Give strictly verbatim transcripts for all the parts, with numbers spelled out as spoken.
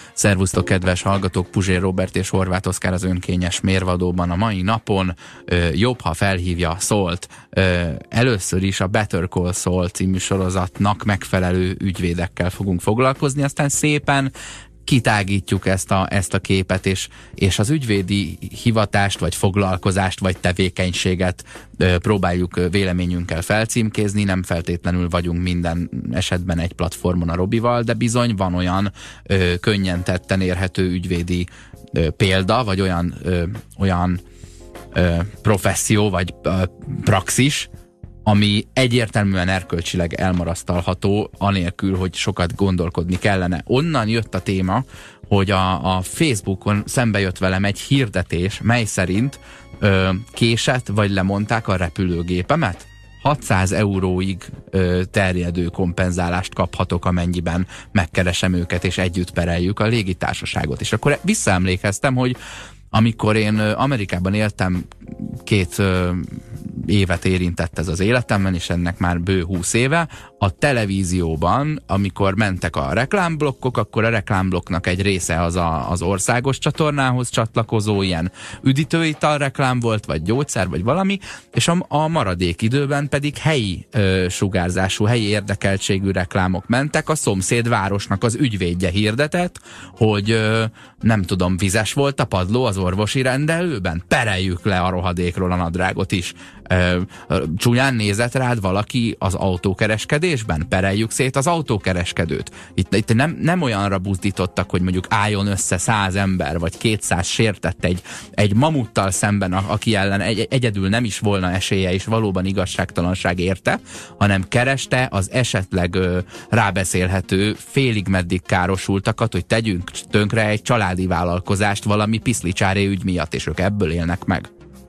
Szervusztok, kedves hallgatók, Puzsér Robert és Horváth Oszkár az önkényes mérvadóban a mai napon. Ö, jobb, ha felhívja Szólt. Ö, először is a Better Call Saul című sorozatnak megfelelő ügyvédekkel fogunk foglalkozni, aztán szépen kitágítjuk ezt a, ezt a képet, és, és az ügyvédi hivatást, vagy foglalkozást, vagy tevékenységet ö, próbáljuk ö, véleményünkkel felcímkézni. Nem feltétlenül vagyunk minden esetben egy platformon a Robival, de bizony van olyan ö, könnyen tetten érhető ügyvédi ö, példa, vagy olyan, ö, olyan ö, professzió, vagy ö, praxis, ami egyértelműen erkölcsileg elmarasztalható, anélkül, hogy sokat gondolkodni kellene. Onnan jött a téma, hogy a, a Facebookon szembe jött velem egy hirdetés, mely szerint ö, késett, vagy lemondták a repülőgépemet. hatszáz euróig ö, terjedő kompenzálást kaphatok, amennyiben megkeresem őket, és együtt pereljük a légitársaságot. És akkor visszaemlékeztem, hogy amikor én Amerikában éltem, két ö, évet érintett ez az életemben, és ennek már bő húsz éve, a televízióban, amikor mentek a reklámblokkok, akkor a reklámblokknak egy része az a, az országos csatornához csatlakozó ilyen üdítőital reklám volt, vagy gyógyszer, vagy valami, és a, a maradék időben pedig helyi ö, sugárzású, helyi érdekeltségű reklámok mentek. A szomszéd városnak az ügyvédje hirdetett, hogy ö, nem tudom, vizes volt a padló az orvosi rendelőben, pereljük le a rohadékról a nadrágot is. Ö, csúnyán nézett rád valaki az autókereskedésben, pereljük szét az autókereskedőt. Itt, itt nem, nem olyanra buzdítottak, hogy mondjuk álljon össze száz ember, vagy kétszáz sértett egy, egy mamuttal szemben, aki ellen egy, egyedül nem is volna esélye, és valóban igazságtalanság érte, hanem kereste az esetleg ö, rábeszélhető, félig meddig károsultakat, hogy tegyünk tönkre egy családi vállalkozást valami piszlicsáré ügy miatt, és ők ebből élnek meg.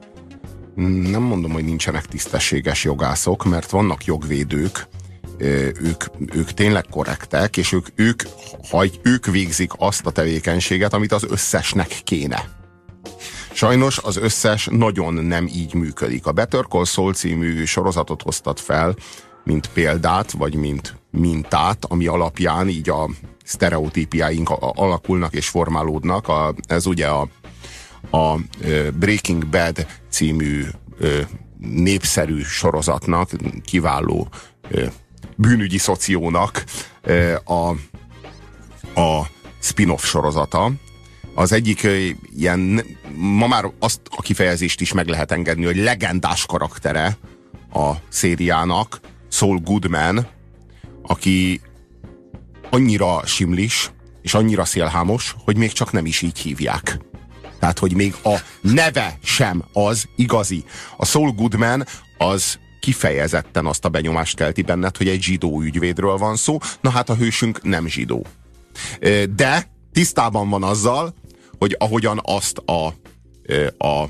Nem mondom, hogy nincsenek tisztességes jogászok, mert vannak jogvédők, ők, ők tényleg korrektek, és ők, ők, ha ők végzik azt a tevékenységet, amit az összesnek kéne. Sajnos az összes nagyon nem így működik. A Better Call Saul című sorozatot hoztad fel, mint példát, vagy mint mintát, ami alapján így a sztereotípiáink alakulnak és formálódnak. A, ez ugye a a Breaking Bad című népszerű sorozatnak, kiváló bűnügyi szociónak a, a spin-off sorozata. Az egyik ilyen, ma már azt a kifejezést is meg lehet engedni, hogy legendás karaktere a szériának, Saul Goodman, aki annyira simlis és annyira szélhámos, hogy még csak nem is így hívják. Tehát, hogy még a neve sem az igazi. A Saul Goodman az kifejezetten azt a benyomást kelti benned, hogy egy zsidó ügyvédről van szó. Na hát a hősünk nem zsidó. De tisztában van azzal, hogy ahogyan azt a, a, a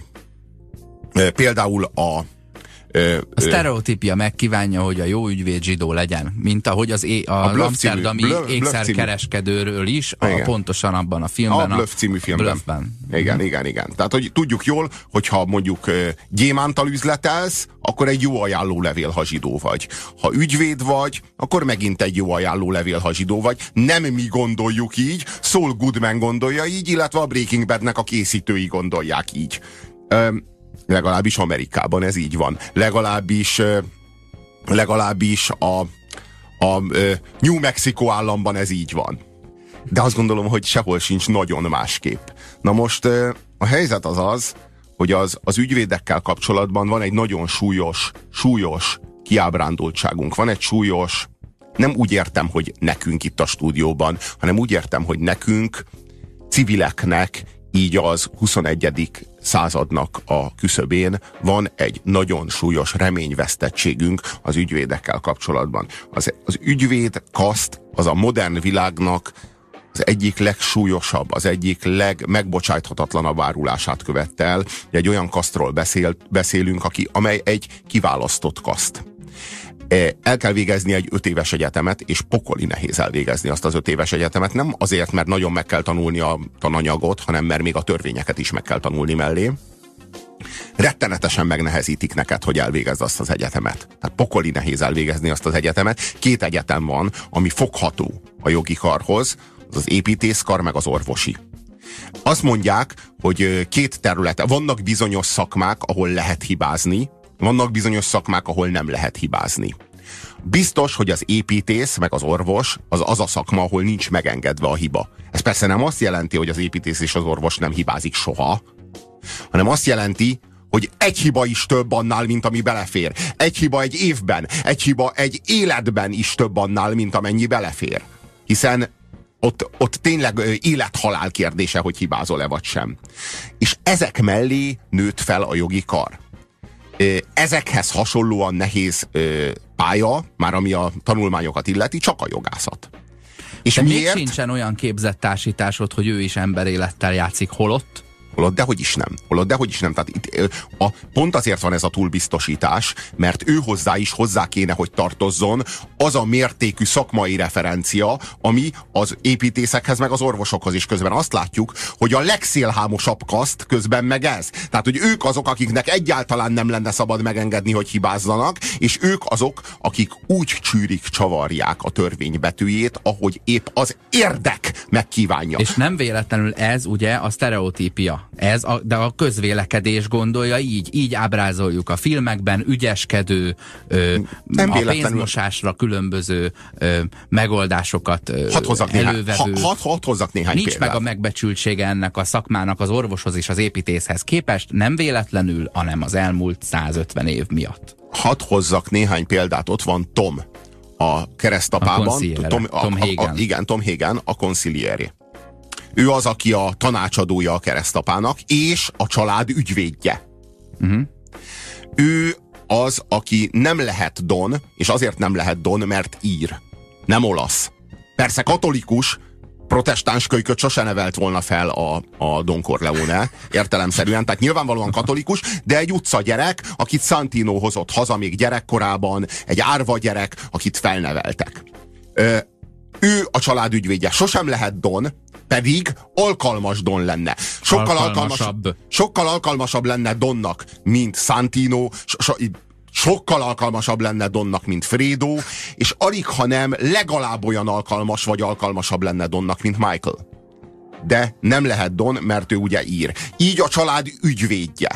például a A sztereotípia megkívánja, hogy a jó ügyvéd zsidó legyen, mint ahogy az é- a, a amsterdami ékszerkereskedőről is, a, pontosan abban a filmben. A Bluff című filmben. Bluffben. Igen, mm. igen, igen. Tehát, hogy tudjuk jól, hogyha mondjuk gyémántal üzletelsz, akkor egy jó ajánlólevél, ha zsidó vagy. Ha ügyvéd vagy, akkor megint egy jó ajánlólevél, ha zsidó vagy. Nem mi gondoljuk így, Saul Goodman gondolja így, illetve a Breaking Badnek a készítői gondolják így. Üm, Legalábbis Amerikában ez így van. Legalábbis, legalábbis a, a New Mexico államban ez így van. De azt gondolom, hogy sehol sincs nagyon másképp. Na most a helyzet az az, hogy az, az ügyvédekkel kapcsolatban van egy nagyon súlyos, súlyos kiábrándultságunk. Van egy súlyos, nem úgy értem, hogy nekünk itt a stúdióban, hanem úgy értem, hogy nekünk, civileknek, így az huszonegyedik századnak a küszöbén van egy nagyon súlyos reményvesztettségünk az ügyvédekkel kapcsolatban. Az, az ügyvéd kaszt az a modern világnak az egyik legsúlyosabb, az egyik legmegbocsájthatatlanabb árulását követte el. Egy olyan kasztról beszél, beszélünk, aki, amely egy kiválasztott kaszt. El kell végezni egy öt éves egyetemet, és pokoli nehéz elvégezni azt az öt éves egyetemet. Nem azért, mert nagyon meg kell tanulni a tananyagot, hanem mert még a törvényeket is meg kell tanulni mellé. Rettenetesen megnehezítik neked, hogy elvégezd azt az egyetemet. Tehát pokoli nehéz elvégezni azt az egyetemet. Két egyetem van, ami fogható a jogi karhoz. Az az építészkar, meg az orvosi. Azt mondják, hogy két területe. Vannak bizonyos szakmák, ahol lehet hibázni, vannak bizonyos szakmák, ahol nem lehet hibázni. Biztos, hogy az építész, meg az orvos az az a szakma, ahol nincs megengedve a hiba. Ez persze nem azt jelenti, hogy az építész és az orvos nem hibázik soha, hanem azt jelenti, hogy egy hiba is több annál, mint ami belefér. Egy hiba egy évben, egy hiba egy életben is több annál, mint amennyi belefér. Hiszen ott, ott tényleg élet-halál kérdése, hogy hibázol-e vagy sem. És ezek mellé nőtt fel a jogi kar. Ezekhez hasonlóan nehéz pálya, már ami a tanulmányokat illeti, csak a jogászat. És de miért? Még sincsen olyan képzett társításod, hogy ő is emberélettel játszik, holott? Holott, dehogy is nem. Holott, dehogy is nem. Tehát itt, a, pont azért van ez a túlbiztosítás, mert ő hozzá is hozzá kéne, hogy tartozzon az a mértékű szakmai referencia, ami az építészekhez meg az orvosokhoz is. Közben azt látjuk, hogy a legszélhámosabb kaszt közben meg ez. Tehát, hogy ők azok, akiknek egyáltalán nem lenne szabad megengedni, hogy hibázzanak, és ők azok, akik úgy csűrik, csavarják a törvény betűjét, ahogy épp az érdek megkívánja. És nem véletlenül ez ugye a sztereotípia. Ez a, de a közvélekedés gondolja így, így ábrázoljuk a filmekben, ügyeskedő, ö, a pénzmosásra különböző ö, megoldásokat ö, hadd hozzak elővevő. Néhány, had, had hozzak néhány Nincs példát. meg a megbecsültsége ennek a szakmának az orvoshoz és az építészhez képest, nem véletlenül, hanem az elmúlt százötven év miatt. Hadd hozzak néhány példát, ott van Tom a Keresztapában. A Tom, a, Tom Hagen. A, a, igen, Tom Hagen, a Consigliere. Ő az, aki a tanácsadója a Keresztapának, és a család ügyvédje. Uh-huh. Ő az, aki nem lehet Don, és azért nem lehet Don, mert ír. Nem olasz. Persze katolikus, protestáns kölyköt sose nevelt volna fel a, a Don Corleone, értelemszerűen, tehát nyilvánvalóan katolikus, de egy utcagyerek, akit Santino hozott haza még gyerekkorában, egy árva gyerek, akit felneveltek. Ö, ő a család ügyvédje. Sosem lehet Don, pedig alkalmas Don lenne. Sokkal alkalmasabb. alkalmasabb sokkal alkalmasabb lenne Donnak, mint Santino, so, so, sokkal alkalmasabb lenne Donnak, mint Fredo, és alig, ha nem, legalább olyan alkalmas vagy alkalmasabb lenne Donnak, mint Michael. De nem lehet Don, mert ő ugye ír. Így a család ügyvédje.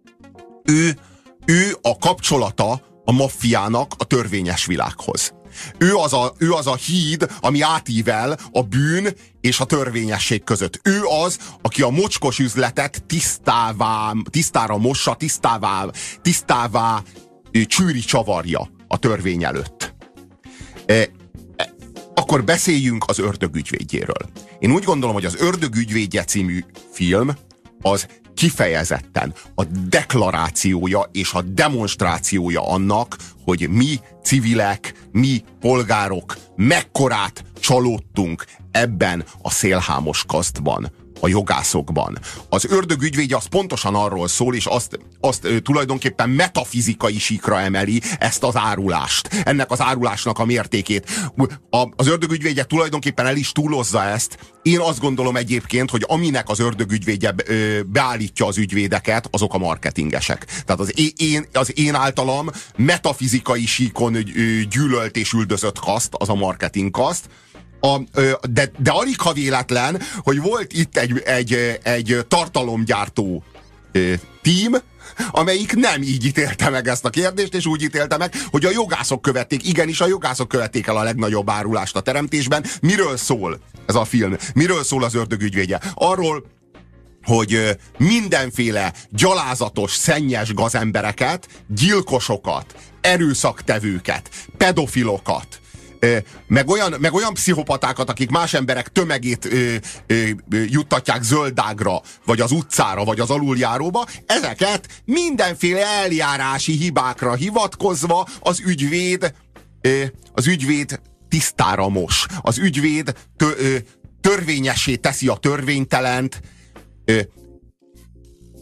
Ő, ő a kapcsolata a maffiának a törvényes világhoz. Ő az, a, ő az a híd, ami átível a bűn és a törvényesség között. Ő az, aki a mocskos üzletet tisztává, tisztára mossa, tisztává, tisztává ő, csűri csavarja a törvény előtt. E, e, akkor beszéljünk az Ördög ügyvédjéről. Én úgy gondolom, hogy az Ördög ügyvédje című film az kifejezetten a deklarációja és a demonstrációja annak, hogy mi civilek, mi polgárok mekkorát csalódtunk ebben a szélhámos kasztban, a jogászokban. Az Ördög ügyvédje az pontosan arról szól, és azt, azt ö, tulajdonképpen metafizikai síkra emeli ezt az árulást, ennek az árulásnak a mértékét. A, az Ördög ügyvédje tulajdonképpen el is túlozza ezt. Én azt gondolom egyébként, hogy aminek az Ördög ügyvédje ö, beállítja az ügyvédeket, azok a marketingesek. Tehát az én, az én általam metafizikai síkon ö, gyűlölt és üldözött kaszt, az a marketing kaszt. A, de, de alig ha véletlen, hogy volt itt egy, egy, egy tartalomgyártó tím, amelyik nem így ítélte meg ezt a kérdést, és úgy ítélte meg, hogy a jogászok követték, igenis a jogászok követték el a legnagyobb árulást a teremtésben. Miről szól ez a film? Miről szól az Ördög ügyvédje? Arról, hogy mindenféle gyalázatos, szennyes gazembereket, gyilkosokat, erőszaktevőket, pedofilokat, Meg olyan, meg olyan pszichopatákat, akik más emberek tömegét ö, ö, ö, juttatják zöldágra, vagy az utcára, vagy az aluljáróba, ezeket mindenféle eljárási hibákra hivatkozva az ügyvéd, ö, az ügyvéd tisztára mos. Az ügyvéd tö, ö, törvényessé teszi a törvénytelent, ö,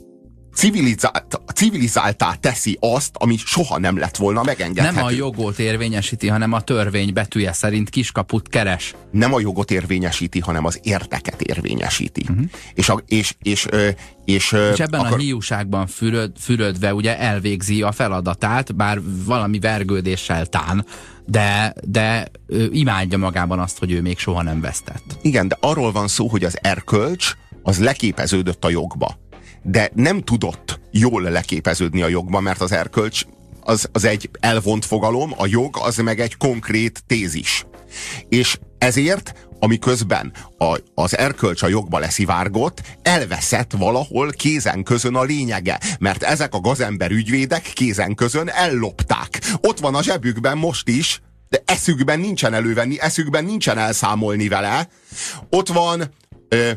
civilizált, civilizáltá teszi azt, ami soha nem lett volna megengedhető. Nem a jogot érvényesíti, hanem a törvény betűje szerint kiskaput keres. Nem a jogot érvényesíti, hanem az érdeket érvényesíti. Uh-huh. És, a, és, és, és, és, és ebben akar... a hiúságban füröd, fürödve ugye elvégzi a feladatát, bár valami vergődéssel tán, de, de ő imádja magában azt, hogy ő még soha nem vesztett. Igen, de arról van szó, hogy az erkölcs az leképeződött a jogba. De nem tudott jól leképeződni a jogba, mert az erkölcs az, az egy elvont fogalom, a jog az meg egy konkrét tézis. És ezért, amiközben a, az erkölcs a jogba leszivárgott, elveszett valahol kézen közön a lényege, mert ezek a gazember ügyvédek kézen közön ellopták. Ott van a zsebükben most is, de eszükben nincsen elővenni, eszükben nincsen elszámolni vele. Ott van ö,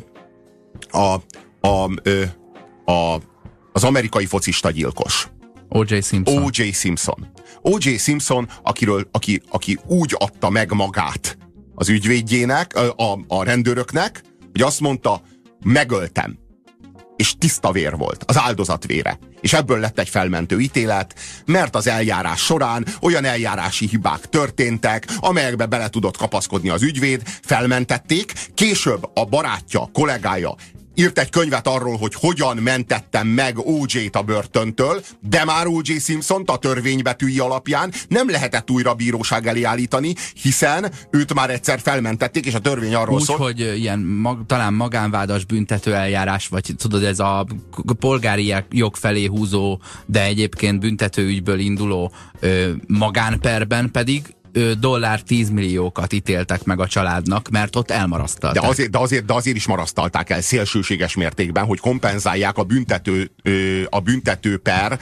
a, a, ö, a, az amerikai focista gyilkos. O J Simpson. O J Simpson. O J Simpson, akiről, aki, aki úgy adta meg magát az ügyvédjének, a, a rendőröknek, hogy azt mondta, megöltem. És tiszta vér volt, az áldozat vére. És ebből lett egy felmentő ítélet, mert az eljárás során olyan eljárási hibák történtek, amelyekbe bele tudott kapaszkodni az ügyvéd, felmentették, később a barátja, kollégája írt egy könyvet arról, hogy hogyan mentettem meg O J-t a börtöntől, de már O J Simpsont a törvénybetűi alapján nem lehetett újra bíróság elé állítani, hiszen őt már egyszer felmentették, és a törvény arról szól. Úgy, hogy ilyen mag, talán magánvádas büntető eljárás, vagy tudod, ez a polgári jog felé húzó, de egyébként büntetőügyből induló ö, magánperben pedig dollár tíz milliókat ítéltek meg a családnak, mert ott elmarasztalták. De azért, de, azért, de azért is marasztalták el szélsőséges mértékben, hogy kompenzálják a büntető, a büntető per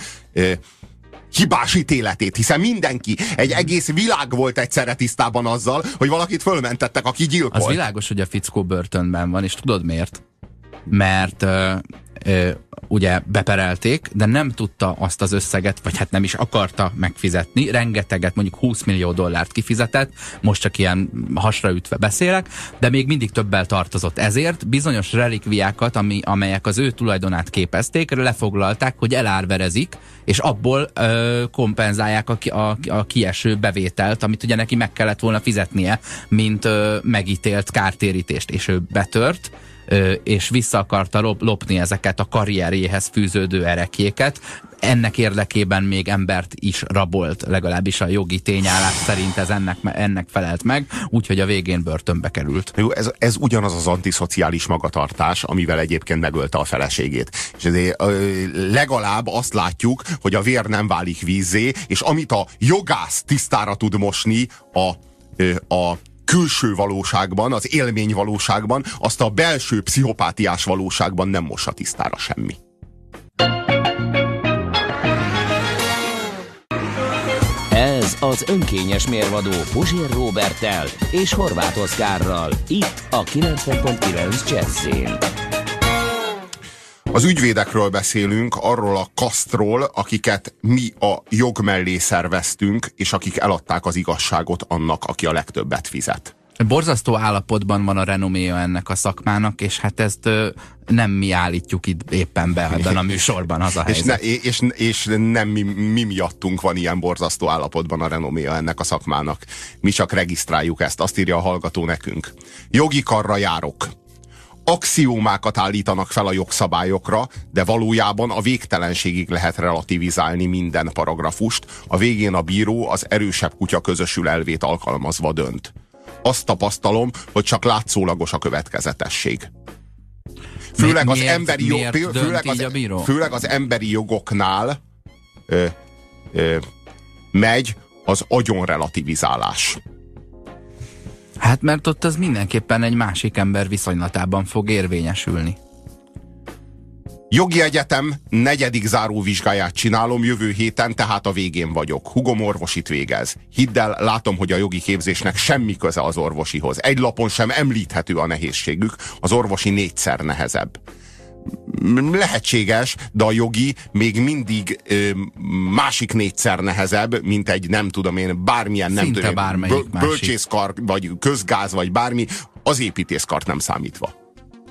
hibás ítéletét, hiszen mindenki, egy egész világ volt egyszerre tisztában azzal, hogy valakit fölmentettek, aki gyilkolt. Az világos, hogy a fickó börtönben van, és tudod miért? Mert ö, ö, ugye beperelték, de nem tudta azt az összeget, vagy hát nem is akarta megfizetni, rengeteget, mondjuk húsz millió dollárt kifizetett, most csak ilyen hasraütve beszélek, de még mindig többel tartozott. Ezért bizonyos relikviákat, ami, amelyek az ő tulajdonát képezték, lefoglalták, hogy elárverezik, és abból ö, kompenzálják a, a, a kieső bevételt, amit ugye neki meg kellett volna fizetnie, mint ö, megítélt kártérítést, és ő betört, és vissza akarta lopni ezeket a karrierjéhez fűződő erekjéket. Ennek érdekében még embert is rabolt, legalábbis a jogi tényállás szerint ez ennek, ennek felelt meg, úgyhogy a végén börtönbe került. Jó, ez, ez ugyanaz az antiszociális magatartás, amivel egyébként megölte a feleségét. És ezért legalább azt látjuk, hogy a vér nem válik vízzé, és amit a jogász tisztára tud mosni a, a külső valóságban, az élmény valóságban, azt a belső pszichopátiás valóságban nem mossa tisztára semmi. Ez az önkényes mérvadó Puzsér Róberttel és Horváth Oszkárral, itt a kilencven pont kilenc Jazzyn. Az ügyvédekről beszélünk, arról a kasztról, akiket mi a jog mellé szerveztünk, és akik eladták az igazságot annak, aki a legtöbbet fizet. Borzasztó állapotban van a renoméja ennek a szakmának, és hát ezt ö, nem mi állítjuk itt éppen be ebben a műsorban, az a helyzet. És, ne, és, és nem mi, mi miattunk van ilyen borzasztó állapotban a renoméja ennek a szakmának. Mi csak regisztráljuk ezt, azt írja a hallgató nekünk. Jogi karra járok. Axiómákat állítanak fel a jogszabályokra, de valójában a végtelenségig lehet relativizálni minden paragrafust. A végén a bíró az erősebb kutya közösül elvét alkalmazva dönt. Azt tapasztalom, hogy csak látszólagos a következetesség. Főleg az, miért, emberi, jog, főleg, az, főleg az emberi jogoknál ö, ö, megy az agyonrelativizálás. Hát mert ott az mindenképpen egy másik ember viszonylatában fog érvényesülni. Jogi egyetem negyedik záróvizsgáját csinálom jövő héten, tehát a végén vagyok. Hugom orvosit végez. Hidd el, látom, hogy a jogi képzésnek semmi köze az orvosihoz. Egy lapon sem említhető a nehézségük, az orvosi négyszer nehezebb. Lehetséges, de a jogi még mindig ö, másik négyszer nehezebb, mint egy nem tudom én, bármilyen nem Szinte tudom én, bölcsészkar, vagy közgáz, vagy bármi, az építészkart nem számítva.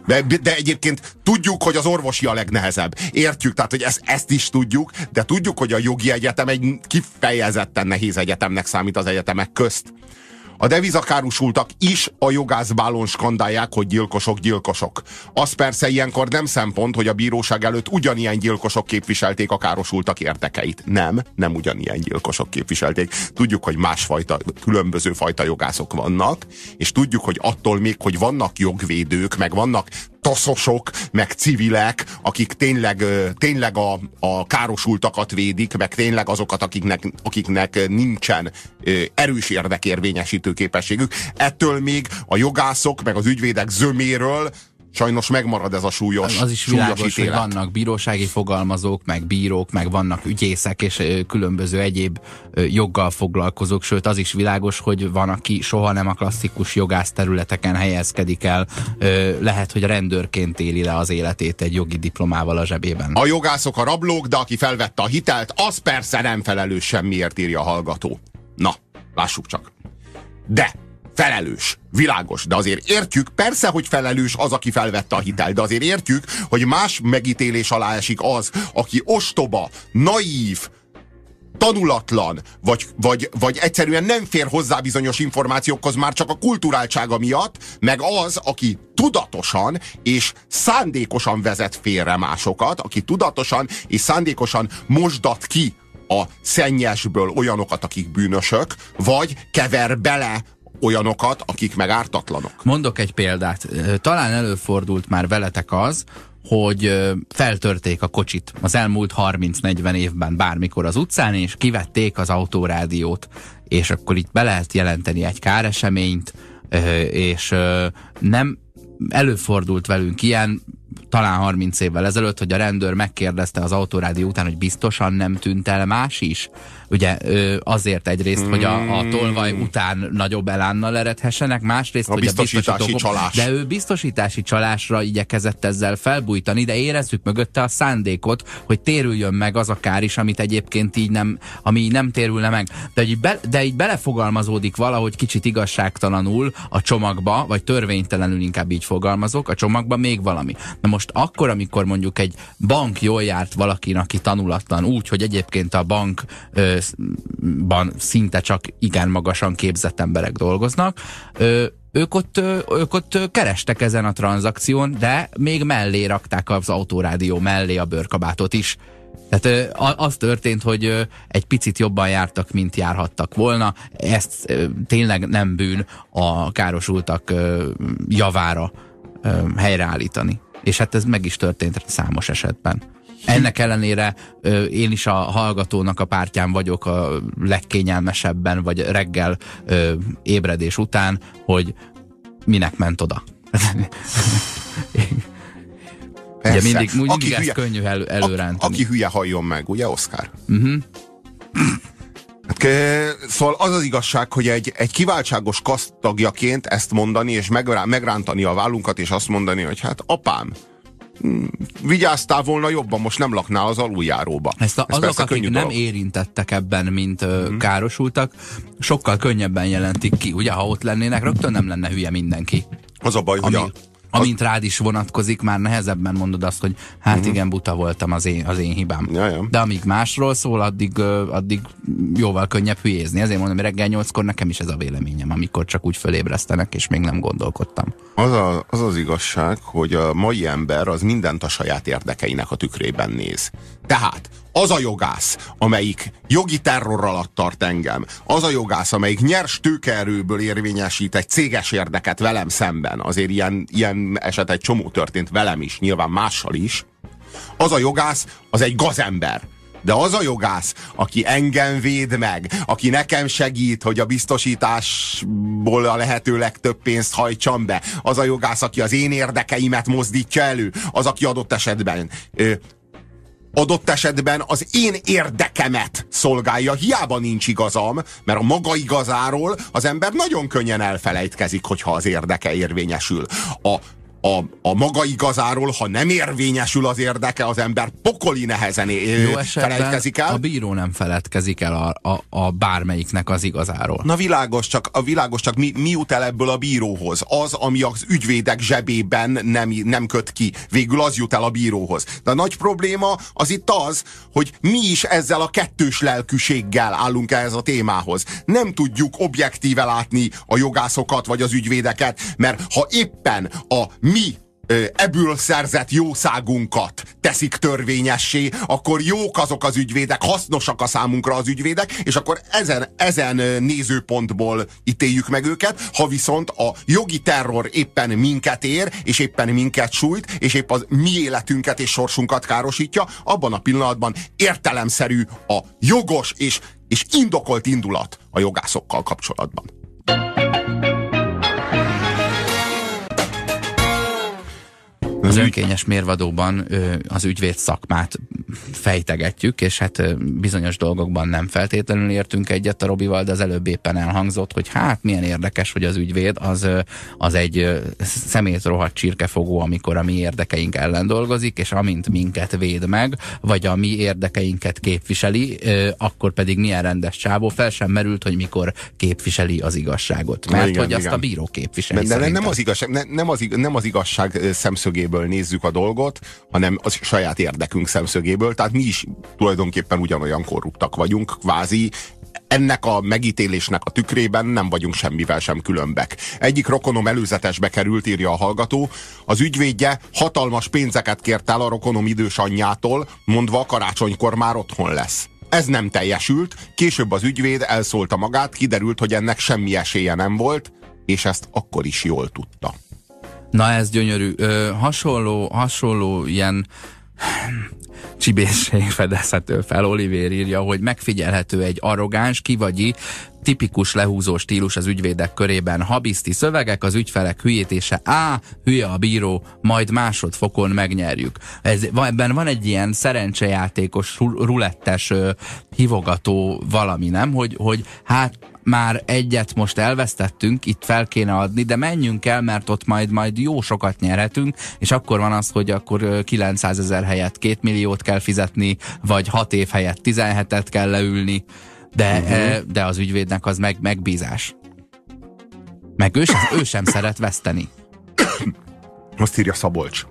De, de egyébként tudjuk, hogy az orvosi a legnehezebb. Értjük, tehát hogy ezt, ezt is tudjuk, de tudjuk, hogy a jogi egyetem egy kifejezetten nehéz egyetemnek számít az egyetemek közt. A devizakárosultak is a jogászbálon skandálják, hogy gyilkosok, gyilkosok. Az persze ilyenkor nem szempont, hogy a bíróság előtt ugyanilyen gyilkosok képviselték a károsultak érdekeit. Nem, nem ugyanilyen gyilkosok képviselték. Tudjuk, hogy másfajta, különböző fajta jogászok vannak, és tudjuk, hogy attól még, hogy vannak jogvédők, meg vannak toszosok, meg civilek, akik tényleg, tényleg a, a károsultakat védik, meg tényleg azokat, akiknek, akiknek nincsen erős érdekérvényesítő képességük. Ettől még a jogászok, meg az ügyvédek zöméről sajnos megmarad ez a súlyos Az is világos, hogy vannak bírósági fogalmazók, meg bírók, meg vannak ügyészek és különböző egyéb joggal foglalkozók, sőt az is világos, hogy van, aki soha nem a klasszikus jogász területeken helyezkedik el, lehet, hogy rendőrként éli le az életét egy jogi diplomával a zsebében. A jogászok a rablók, de aki felvette a hitelt, az persze nem felelős semmiért, írja a hallgató. Na, lássuk csak. De felelős, világos, de azért értjük, persze, hogy felelős az, aki felvette a hitelt, de azért értjük, hogy más megítélés alá esik az, aki ostoba, naív, tanulatlan, vagy, vagy, vagy egyszerűen nem fér hozzá bizonyos információkhoz már csak a kulturáltsága miatt, meg az, aki tudatosan és szándékosan vezet félre másokat, aki tudatosan és szándékosan mosdat ki a szennyesből olyanokat, akik bűnösök, vagy kever bele olyanokat, akik meg ártatlanok. Mondok egy példát. Talán előfordult már veletek az, hogy feltörték a kocsit az elmúlt harminc-negyven évben bármikor az utcán, és kivették az autórádiót, és akkor itt be lehet jelenteni egy káreseményt, és nem előfordult velünk ilyen, talán harminc évvel ezelőtt, hogy a rendőr megkérdezte az autórádió után, hogy biztosan nem tűnt el más is. Ugye azért egyrészt, mm. hogy a, a tolvaj után nagyobb elánnal eredhessenek, másrészt, a hogy biztosítási a biztosítók, csalás. De ő biztosítási csalásra igyekezett ezzel felbújtani, de érezzük mögötte a szándékot, hogy térüljön meg az a kár is, amit egyébként így nem, ami így nem térülne meg. De így, be, de így belefogalmazódik valahogy kicsit igazságtalanul a csomagba, vagy törvénytelenül, inkább így fogalmazok, a csomagba még valami. Na most akkor, amikor mondjuk egy bank jól járt valakin, aki tanulatlan, úgy, hogy egyébként a bankban szinte csak igen magasan képzett emberek dolgoznak, ö, ők ott, ők ott kerestek ezen a tranzakción, de még mellé rakták az autórádió mellé a bőrkabátot is. Tehát az történt, hogy egy picit jobban jártak, mint járhattak volna. Ezt tényleg nem bűn a károsultak javára helyreállítani. És hát ez meg is történt számos esetben. Ennek ellenére ö, én is a hallgatónak a pártján vagyok a legkényelmesebben, vagy reggel ö, ébredés után, hogy minek ment oda. Ugye mindig, mindig ezt hülye, könnyű el, előrántani. Aki hülye, halljon meg, ugye, Oszkár? Uh-huh. Hát, szóval az az igazság, hogy egy, egy kiváltságos kaszt tagjaként ezt mondani, és megrá, megrántani a vállunkat, és azt mondani, hogy hát apám, vigyáztál volna jobban, most nem laknál az aluljáróba. Ezt a, azok, akik nem dolog. érintettek ebben, mint mm. károsultak, sokkal könnyebben jelentik ki. Ugye, ha ott lennének, rögtön nem lenne hülye mindenki. Az a baj, Ami, hogy a... Amint rád is vonatkozik, már nehezebben mondod azt, hogy hát uh-huh. igen, buta voltam, az én, az én hibám. Jaja. De amíg másról szól, addig, addig jóval könnyebb hülyézni. Ezért mondom, hogy reggel nyolckor nekem is ez a véleményem, amikor csak úgy fölébresztenek, és még nem gondolkodtam. Az, a, az az igazság, hogy a mai ember az mindent a saját érdekeinek a tükrében néz. Tehát az a jogász, amelyik jogi terror alatt tart engem, az a jogász, amelyik nyers tőkeerőből érvényesít egy céges érdeket velem szemben, azért ilyen, ilyen eset egy csomó történt velem is, nyilván mással is, az a jogász, az egy gazember. De az a jogász, aki engem véd meg, aki nekem segít, hogy a biztosításból a lehető legtöbb pénzt hajtsam be, az a jogász, aki az én érdekeimet mozdítja elő, az, aki adott esetben ö, adott esetben az én érdekemet szolgálja, hiába nincs igazam, mert a maga igazáról az ember nagyon könnyen elfelejtkezik, hogyha az érdeke érvényesül. A a, a maga igazáról, ha nem érvényesül az érdeke, az ember pokoli nehezen Jó feledkezik el. A bíró nem feledkezik el a, a, a bármelyiknek az igazáról. Na világos, csak, a világos, csak mi, mi jut el ebből a bíróhoz? Az, ami az ügyvédek zsebében nem, nem köt ki. Végül az jut el a bíróhoz. De a nagy probléma az itt az, hogy mi is ezzel a kettős lelkűséggel állunk ehhez a témához. Nem tudjuk objektíve látni a jogászokat vagy az ügyvédeket, mert ha éppen a mi ebből szerzett jószágunkat teszik törvényessé, akkor jók azok az ügyvédek, hasznosak a számunkra az ügyvédek, és akkor ezen, ezen nézőpontból ítéljük meg őket. Ha viszont a jogi terror éppen minket ér, és éppen minket sújt, és épp az mi életünket és sorsunkat károsítja, abban a pillanatban értelemszerű a jogos és, és indokolt indulat a jogászokkal kapcsolatban. Az önkényes mérvadóban az ügyvéd szakmát fejtegetjük, és hát bizonyos dolgokban nem feltétlenül értünk egyet a Robival, de az előbb éppen elhangzott, hogy hát milyen érdekes, hogy az ügyvéd az, az egy szemét rohadt csirkefogó, amikor a mi érdekeink ellen dolgozik, és amint minket véd meg, vagy a mi érdekeinket képviseli, akkor pedig milyen rendes csávó, fel sem merült, hogy mikor képviseli az igazságot. Mert igen, hogy azt igen. a bíró képviseli. De, de nem, az igazság, ne, nem, az, nem az igazság szemszögéből nézzük a dolgot, hanem a saját érdekünk szemszögéből, tehát mi is tulajdonképpen ugyanolyan korruptak vagyunk, kvázi ennek a megítélésnek a tükrében nem vagyunk semmivel sem különbek. Egyik rokonom előzetesbe került, írja a hallgató, az ügyvédje hatalmas pénzeket kért el a rokonom idős anyjától, mondva karácsonykor már otthon lesz. Ez nem teljesült, később az ügyvéd elszólta magát, kiderült, hogy ennek semmi esélye nem volt, és ezt akkor is jól tudta. Na ez gyönyörű. Ö, hasonló, hasonló ilyen csibészség fedezhető fel. Olivér írja, hogy megfigyelhető egy arrogáns, kivagyi, tipikus lehúzó stílus az ügyvédek körében. Habiszti szövegek, az ügyfelek hülyítése. Á, hülye a bíró, majd másodfokon megnyerjük. Ez, ebben van egy ilyen szerencsejátékos, rulettes, hívogató valami, nem? Hogy, hogy hát már egyet most elvesztettünk, itt fel kéne adni, de menjünk el, mert ott majd, majd jó sokat nyerhetünk, és akkor van az, hogy akkor kilencszázezer helyett két milliót kell fizetni, vagy hat év helyett tizenhetet kell leülni, de, uh-huh. de az ügyvédnek az meg, megbízás. Meg ő sem, ő sem szeret veszteni. Azt írja Szabolcs.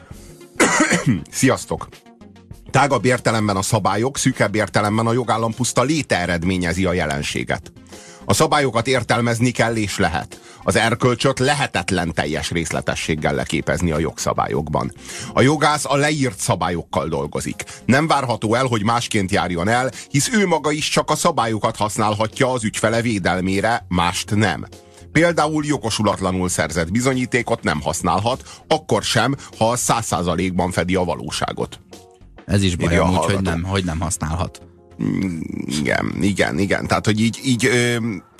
Sziasztok! Tágabb értelemben a szabályok, szűkebb értelemben a jogállam puszta léte eredményezi a jelenséget. A szabályokat értelmezni kell és lehet. Az erkölcsöt lehetetlen teljes részletességgel leképezni a jogszabályokban. A jogász a leírt szabályokkal dolgozik. Nem várható el, hogy másként járjon el, hisz ő maga is csak a szabályokat használhatja az ügyfele védelmére, mást nem. Például jogosulatlanul szerzett bizonyítékot nem használhat, akkor sem, ha száz százalékban fedi a valóságot. Ez is baj amúgy, hogy nem, hogy nem használhat. Igen, igen, igen. Tehát, hogy így, így ö,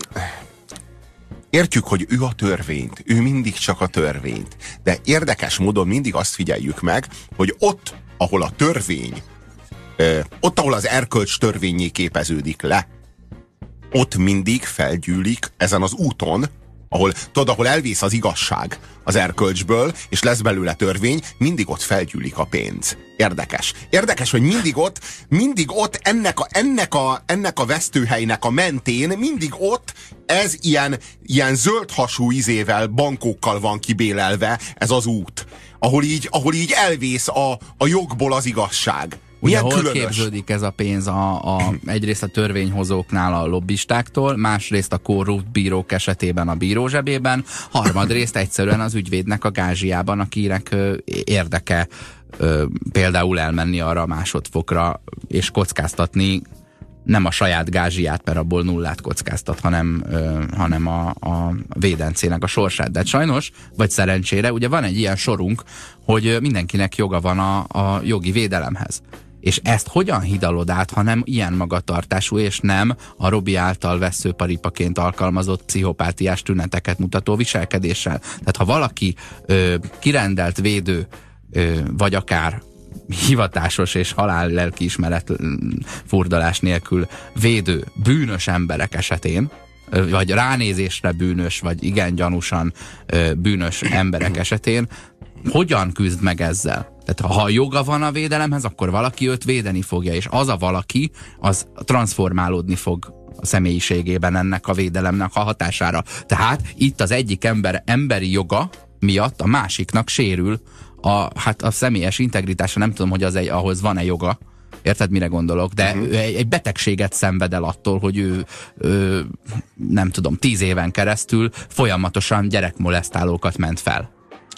értjük, hogy ő a törvényt, ő mindig csak a törvényt. De érdekes módon mindig azt figyeljük meg, hogy ott, ahol a törvény, ö, ott, ahol az erkölcs törvényé képeződik le, ott mindig felgyűlik ezen az úton, ahol, tudod, ahol elvész az igazság az erkölcsből, és lesz belőle törvény, mindig ott felgyűlik a pénz. Érdekes. Érdekes, hogy mindig ott, mindig ott ennek a, ennek a, ennek a vesztőhelynek a mentén, mindig ott ez ilyen, ilyen zöldhasú izével, bankókkal van kibélelve ez az út, ahol így, ahol így elvész a, a jogból az igazság. Ugye hol különös? Képződik ez a pénz a, a, egyrészt a törvényhozóknál a lobbistáktól, másrészt a korrupt bírók esetében a bíró zsebében, harmadrészt egyszerűen az ügyvédnek a gázsiában, akinek ö, érdeke ö, például elmenni arra a másodfokra és kockáztatni nem a saját gázsiát, mert abból nullát kockáztat, hanem, ö, hanem a, a védencének a sorsát. De sajnos, vagy szerencsére, ugye van egy ilyen sorunk, hogy mindenkinek joga van a, a jogi védelemhez. És ezt hogyan hidalod át, ha nem ilyen magatartású, és nem a Robi által vesszőparipaként alkalmazott pszichopátiás tüneteket mutató viselkedéssel. Tehát ha valaki ö, kirendelt védő, ö, vagy akár hivatásos és halál lelkiismeret furdalás nélkül védő bűnös emberek esetén, vagy ránézésre bűnös, vagy igen gyanúsan bűnös emberek esetén, hogyan küzd meg ezzel? Tehát ha joga van a védelemhez, akkor valaki őt védeni fogja, és az a valaki, az transformálódni fog a személyiségében ennek a védelemnek a hatására. Tehát itt az egyik ember emberi joga miatt a másiknak sérül a, hát a személyes integritása, nem tudom, hogy az egy, ahhoz van-e joga, érted, mire gondolok, de uh-huh. egy, egy betegséget szenved el attól, hogy ő, ő nem tudom, tíz éven keresztül folyamatosan gyerekmolesztálókat ment fel.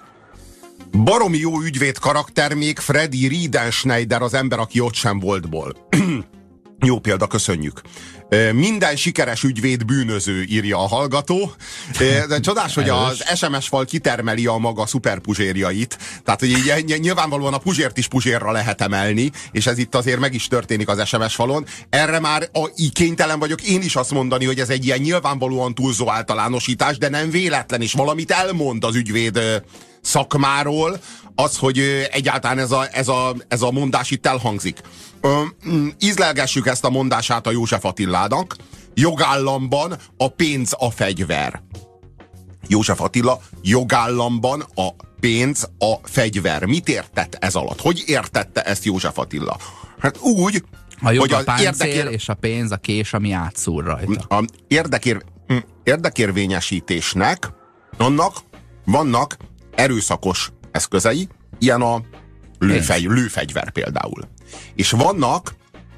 Baromi jó ügyvéd karakter még Freddy Riedenschneider, az ember, aki ott sem voltból. Jó példa, köszönjük. Minden sikeres ügyvéd bűnöző, írja a hallgató. De csodás, hogy az es em es fal kitermeli a maga szuperpuzsérjait. Tehát, hogy így, nyilvánvalóan a puzsért is puzsérra lehet emelni, és ez itt azért meg is történik az es em es falon. Erre már a, így kénytelen vagyok én is azt mondani, hogy ez egy ilyen nyilvánvalóan túlzó általánosítás, de nem véletlen, és valamit elmond az ügyvéd szakmáról, az, hogy egyáltalán ez a, ez a, ez a mondás itt elhangzik. Ö, ízlelgessük ezt a mondását a József Attilának. Jogállamban a pénz a fegyver. József Attila, jogállamban a pénz a fegyver. Mit értett ez alatt? Hogy értette ezt József Attila? Hát úgy, a jog hogy a az páncél érdekér... és a pénz a kés, ami átszúr rajta. A érdekér... érdekérvényesítésnek annak vannak erőszakos eszközei, ilyen a lőfegy, lőfegyver például. És vannak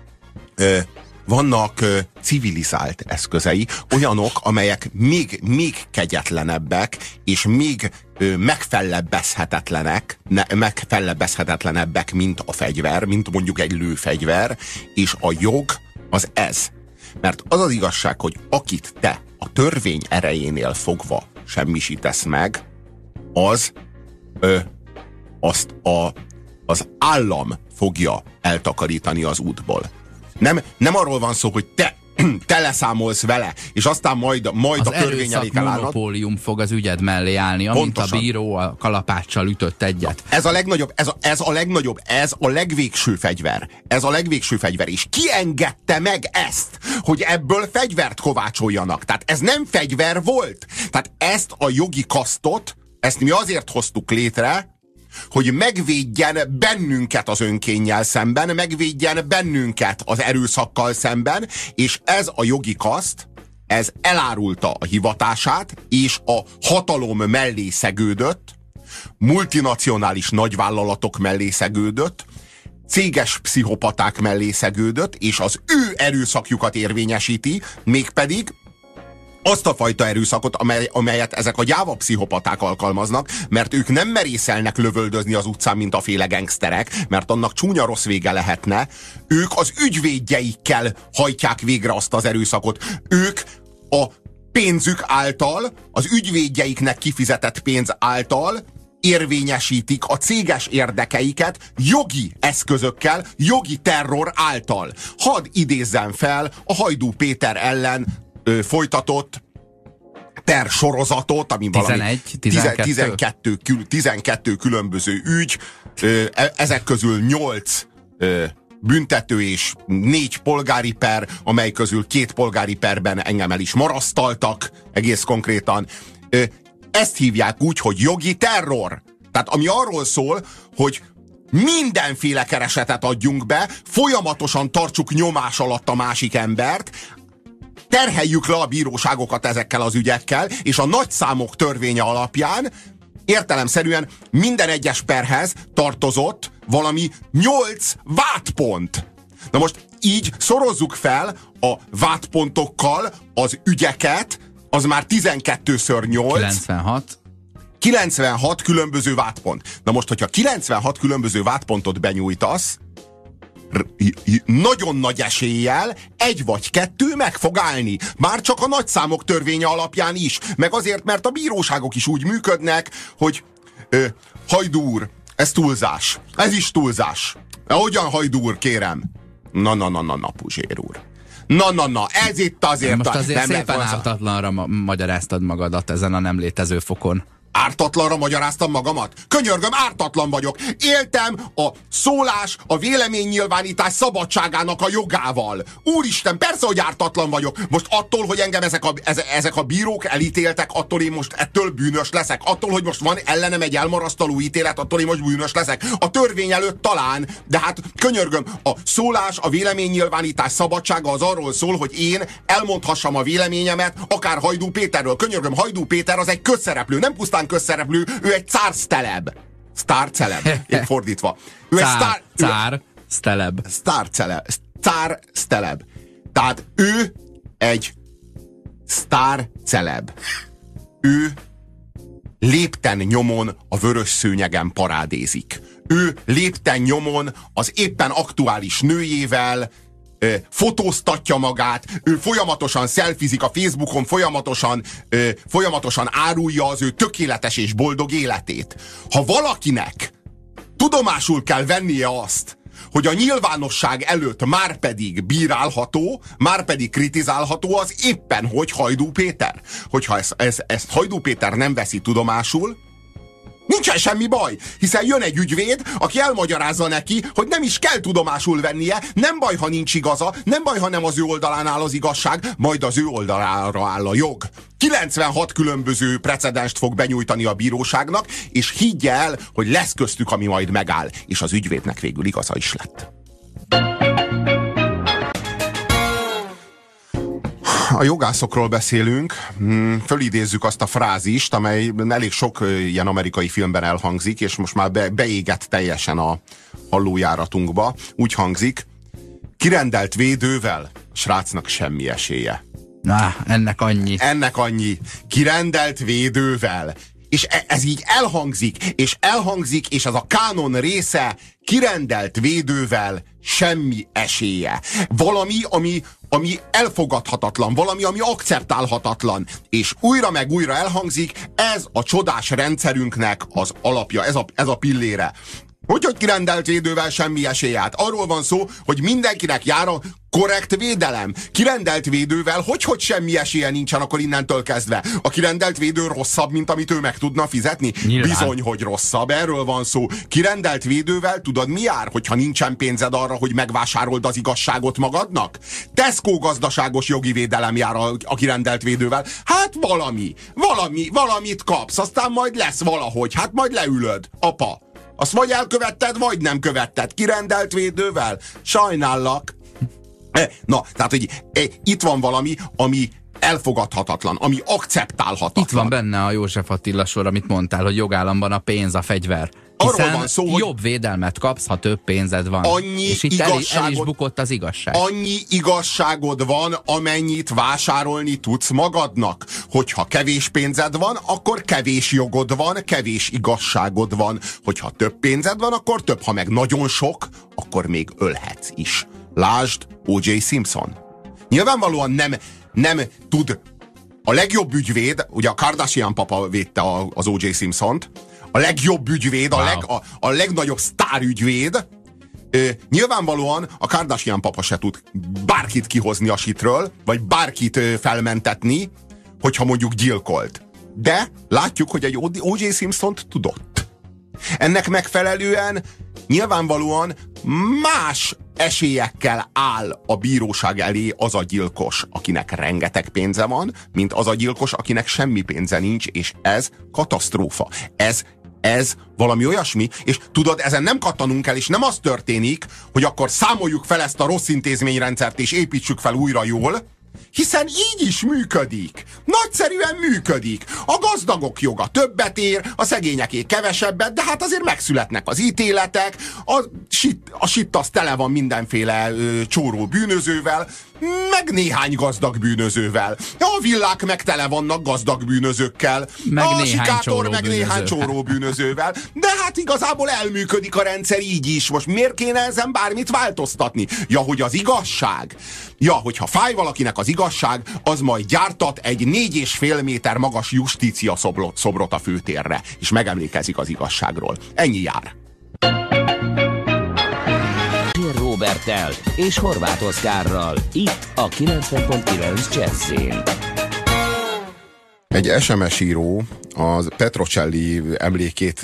ö, vannak ö, civilizált eszközei, olyanok, amelyek még, még kegyetlenebbek, és még ö, megfellebbezhetetlenek, ne, megfellebbezhetetlenebbek, mint a fegyver, mint mondjuk egy lőfegyver, és a jog az ez. Mert az az igazság, hogy akit te a törvény erejénél fogva semmisítesz meg, az ö, azt a, az állam fogja eltakarítani az útból. Nem, nem arról van szó, hogy te, te leszámolsz vele, és aztán majd, majd az a törvény elé kell állnod. monopólium fog az ügyed mellé állni, amint pontosan. A bíró a kalapáccsal ütött egyet. Ez a legnagyobb, ez a, ez a legnagyobb, ez a legvégső fegyver. Ez a legvégső fegyver. És ki engedte meg ezt, hogy ebből fegyvert kovácsoljanak? Tehát ez nem fegyver volt. Tehát ezt a jogi kasztot, ezt mi azért hoztuk létre, hogy megvédjen bennünket az önkénnyel szemben, megvédjen bennünket az erőszakkal szemben, és ez a jogi kaszt, ez elárulta a hivatását, és a hatalom mellé szegődött, multinacionális nagyvállalatok mellé szegődött, céges pszichopaták mellé szegődött, és az ő erőszakjukat érvényesíti, mégpedig azt a fajta erőszakot, amely, amelyet ezek a gyáva pszichopaták alkalmaznak, mert ők nem merészelnek lövöldözni az utcán, mint a féle gengszterek, mert annak csúnya rossz vége lehetne. Ők az ügyvédjeikkel hajtják végre azt az erőszakot. Ők a pénzük által, az ügyvédjeiknek kifizetett pénz által érvényesítik a céges érdekeiket jogi eszközökkel, jogi terror által. Hadd idézzem fel a Hajdú Péter ellen ö, folytatott per sorozatot, ami valami tizenegy, tizenkettő, tizenkettő különböző ügy, ö, ezek közül nyolc ö, büntető és négy polgári per, amely közül két polgári perben engem el is marasztaltak, egész konkrétan. Ö, ezt hívják úgy, hogy jogi terror. Tehát ami arról szól, hogy mindenféle keresetet adjunk be, folyamatosan tartsuk nyomás alatt a másik embert, terheljük le a bíróságokat ezekkel az ügyekkel, és a nagyszámok törvénye alapján értelemszerűen minden egyes perhez tartozott valami nyolc vádpont. Na most így szorozzuk fel a vádpontokkal az ügyeket, az már tizenkettőször nyolc. kilencvenhat. kilencvenhat különböző vádpont. Na most, hogyha kilencvenhat különböző vádpontot benyújtasz, nagyon nagy eséllyel egy vagy kettő meg fog állni. Már csak a nagyszámok törvénye alapján is. Meg azért, mert a bíróságok is úgy működnek, hogy ö, Hajdú úr, ez túlzás. Ez is túlzás. Hogyan, Hajdú úr, kérem? Na, na, na, na, na, Puzsér úr. Na, na, na, ez itt azért... Most azért nem szépen ártatlanra ma- magyaráztad magadat ezen a nem létező fokon. Ártatlanra magyaráztam magamat? Könyörgöm, ártatlan vagyok. Éltem a szólás, a véleménynyilvánítás szabadságának a jogával. Úristen, persze, hogy ártatlan vagyok. Most attól, hogy engem ezek a, ezek a bírók elítéltek, attól én most ettől bűnös leszek. Attól, hogy most van ellenem egy elmarasztaló ítélet, attól én most bűnös leszek. A törvény előtt talán, de hát könyörgöm, a szólás, a véleménynyilvánítás szabadsága az arról szól, hogy én elmondhassam a véleményemet, akár Hajdú Péterről. Könyörgöm, Hajdú Péter az egy közszereplő, nem pusztán közszereplő, ő egy cárceleb. Sztárceleb. Én fordítva. Ő cár, egy sztár... Cár, szteleb. Sztárceleb. Sztárceleb. Tehát ő egy sztárceleb. Ő lépten nyomon a vörös szőnyegen parádézik. Ő lépten nyomon az éppen aktuális nőjével ö, fotóztatja magát, ő folyamatosan szelfizik a Facebookon, folyamatosan, ö, folyamatosan árulja az ő tökéletes és boldog életét. Ha valakinek tudomásul kell vennie azt, hogy a nyilvánosság előtt már pedig bírálható, már pedig kritizálható, az éppen hogy Hajdú Péter. Hogyha ezt, ezt, ezt Hajdú Péter nem veszi tudomásul, nincsen semmi baj, hiszen jön egy ügyvéd, aki elmagyarázza neki, hogy nem is kell tudomásul vennie, nem baj, ha nincs igaza, nem baj, ha nem az ő oldalán áll az igazság, majd az ő oldalára áll a jog. kilencvenhat különböző precedenst fog benyújtani a bíróságnak, és higgye el, hogy lesz köztük, ami majd megáll, és az ügyvédnek végül igaza is lett. A jogászokról beszélünk, fölidézzük azt a frázist, amely elég sok ilyen amerikai filmben elhangzik, és most már be, beégett teljesen a hallójáratunkba. Úgy hangzik, kirendelt védővel a srácnak semmi esélye. Na, ennek annyi. Ennek annyi. Kirendelt védővel. És ez így elhangzik, és elhangzik, és ez a kánon része, kirendelt védővel semmi esélye. Valami, ami, ami elfogadhatatlan, valami, ami akceptálhatatlan. És újra meg újra elhangzik, ez a csodás rendszerünknek az alapja, ez a, ez a pillére. Hogy, hogy kirendelt védővel semmi esélye? Hát arról van szó, hogy mindenkinek jár a korrekt védelem. Kirendelt védővel hogy, hogy semmi esélye nincsen akkor innentől kezdve. A kirendelt védő rosszabb, mint amit ő meg tudna fizetni? Nyilván. Bizony, hogy rosszabb. Erről van szó. Kirendelt védővel tudod mi jár, hogyha nincsen pénzed arra, hogy megvásárold az igazságot magadnak? Tesco gazdaságos jogi védelem jár a, a kirendelt védővel. Hát valami, valami, valamit kapsz, aztán majd lesz valahogy. Hát majd leülöd, apa. Azt vagy elkövetted, vagy nem követted. Kirendelt védővel? Sajnállak. Na, tehát, hogy itt van valami, ami elfogadhatatlan, ami akceptálhatatlan. Itt van benne a József Attila sor, amit mondtál, hogy jogállamban a pénz a fegyver. Arról van szó, hogy jobb védelmet kapsz, ha több pénzed van. Annyi és itt igazságod, el, el is bukott az igazság. Annyi igazságod van, amennyit vásárolni tudsz magadnak. Hogyha kevés pénzed van, akkor kevés jogod van, kevés igazságod van. Hogyha több pénzed van, akkor több. Ha meg nagyon sok, akkor még ölhetsz is. Lásd o jé Simpson. Nyilvánvalóan nem, nem tud a legjobb ügyvéd, ugye a Kardashian papa védte az o jé Simpsont, a legjobb ügyvéd, wow. a, leg, a, a legnagyobb sztárügyvéd. Ö, nyilvánvalóan a Kardashian papa se tud bárkit kihozni a sitről, vagy bárkit ö, felmentetni, hogyha mondjuk gyilkolt. De látjuk, hogy egy o jé Simpsont tudott. Ennek megfelelően nyilvánvalóan más esélyekkel áll a bíróság elé az a gyilkos, akinek rengeteg pénze van, mint az a gyilkos, akinek semmi pénze nincs, és ez katasztrófa. Ez Ez valami olyasmi, és tudod, ezen nem kattanunk el, és nem az történik, hogy akkor számoljuk fel ezt a rossz intézményrendszert, és építsük fel újra jól, hiszen így is működik. Nagyszerűen működik. A gazdagok joga többet ér, a szegényeké kevesebbet, de hát azért megszületnek az ítéletek, a sit, a sit az tele van mindenféle ö, csóró bűnözővel, meg néhány gazdag bűnözővel. A villák meg tele vannak gazdag bűnözőkkel. Meg a néhány sikátor meg bűnöző. néhány csóró bűnözővel. De hát igazából elműködik a rendszer így is. Most miért kéne ezen bármit változtatni? Ja, hogy az igazság. Ja, hogyha fáj valakinek az igazság, az majd gyártat egy négy és fél méter magas justícia szobrot, szobrot a főtérre, és megemlékezik az igazságról. Ennyi jár. Roberttel és Horváth Oszkárral, itt a kilencven pont kilenc Jazzyn. Egy es em es író a Petrocelli emlékét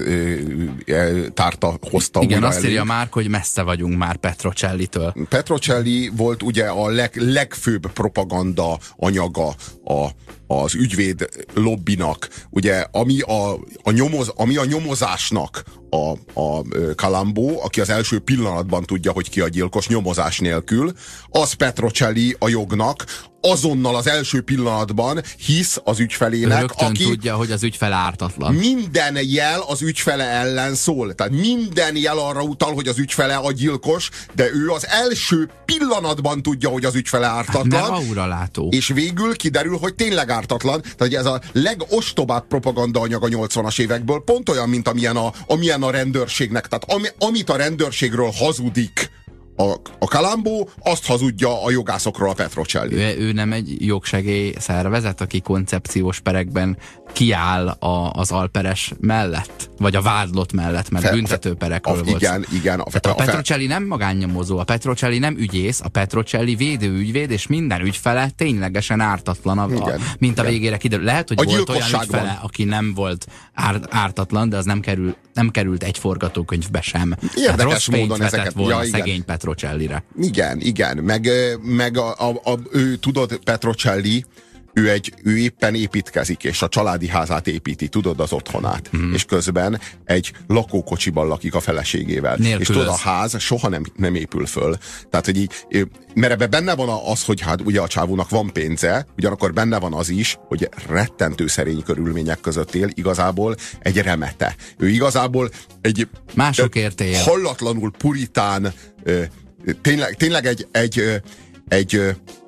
ö, tárta, hozta. Igen, azt elő. írja Márk, hogy messze vagyunk már Petrocellitől. Petrocelli volt ugye a leg, legfőbb propaganda anyaga a, az ügyvéd lobbinak, ugye, ami a, a, nyomoz, ami a nyomozásnak a, a Columbo, aki az első pillanatban tudja, hogy ki a gyilkos nyomozás nélkül, az Petrocelli a jognak, azonnal az első pillanatban hisz az ügyfelének, rögtön aki tudja, hogy az ügyfele ártatlan. Minden jel az ügyfele ellen szól. Tehát minden jel arra utal, hogy az ügyfele a gyilkos, de ő az első pillanatban tudja, hogy az ügyfele ártatlan. Hát mert auralátó. És végül kiderül, hogy tényleg ártatlan. Tehát ez a legostobább propaganda anyag a nyolcvanas évekből, pont olyan, mint amilyen a, amilyen a rendőrségnek. Tehát ami, amit a rendőrségről hazudik A, a Columbo, azt hazudja a jogászokról a Petrocelli. Ő, ő nem egy jogsegély szervezet, aki koncepciós perekben kiáll a, az alperes mellett? Vagy a vádlott mellett, mert fe, büntetőperekről fe, volt. Igen, igen. A, a, a Petrocelli nem magánnyomozó, a Petrocelli nem ügyész, a Petrocelli védőügyvéd, és minden ügyfele ténylegesen ártatlan, a, a, mint a végére kiderül. Lehet, hogy a volt olyan ügyfele, aki nem volt ár, ártatlan, de az nem, kerül, nem került egy forgatókönyvbe sem. Érdekes rossz módon ezeket volna ja, szegény Petrocellire. Igen, igen. Meg, meg a, a, a, ő, tudod, Petrocelli, ő, egy, ő éppen építkezik, és a családi házát építi, tudod, az otthonát. Mm. És közben egy lakókocsiban lakik a feleségével. Nélkül és tudod, a ház soha nem, nem épül föl. Tehát, hogy így, mert ebben benne van az, hogy hát ugye a csávónak van pénze, ugyanakkor benne van az is, hogy rettentő szerény körülmények között él, igazából egy remete. Ő igazából egy másokért él. Hallatlanul puritán, tényleg, tényleg egy, egy, egy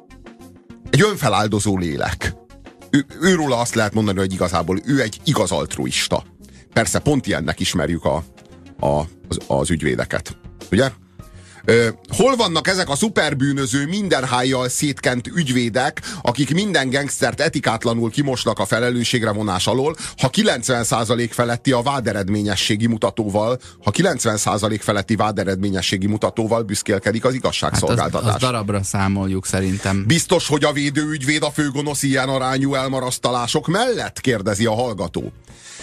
Egy önfeláldozó lélek. Ő, őróla azt lehet mondani, hogy igazából ő egy igaz altruista. Persze pont ilyennek ismerjük a, a, az, az ügyvédeket. Ugye? Ö, hol vannak ezek a szuperbűnöző, minden hájjal szétkent ügyvédek, akik minden gangstert etikátlanul kimosnak a felelősségre vonás alól, ha kilencven százalék feletti a váderedményességi mutatóval, ha kilencven százalék feletti váderedményességi mutatóval büszkélkedik az igazságszolgáltatás. Hát az, az darabra számoljuk szerintem. Biztos, hogy a védőügyvéd a főgonosz ilyen arányú elmarasztalások mellett? Kérdezi a hallgató.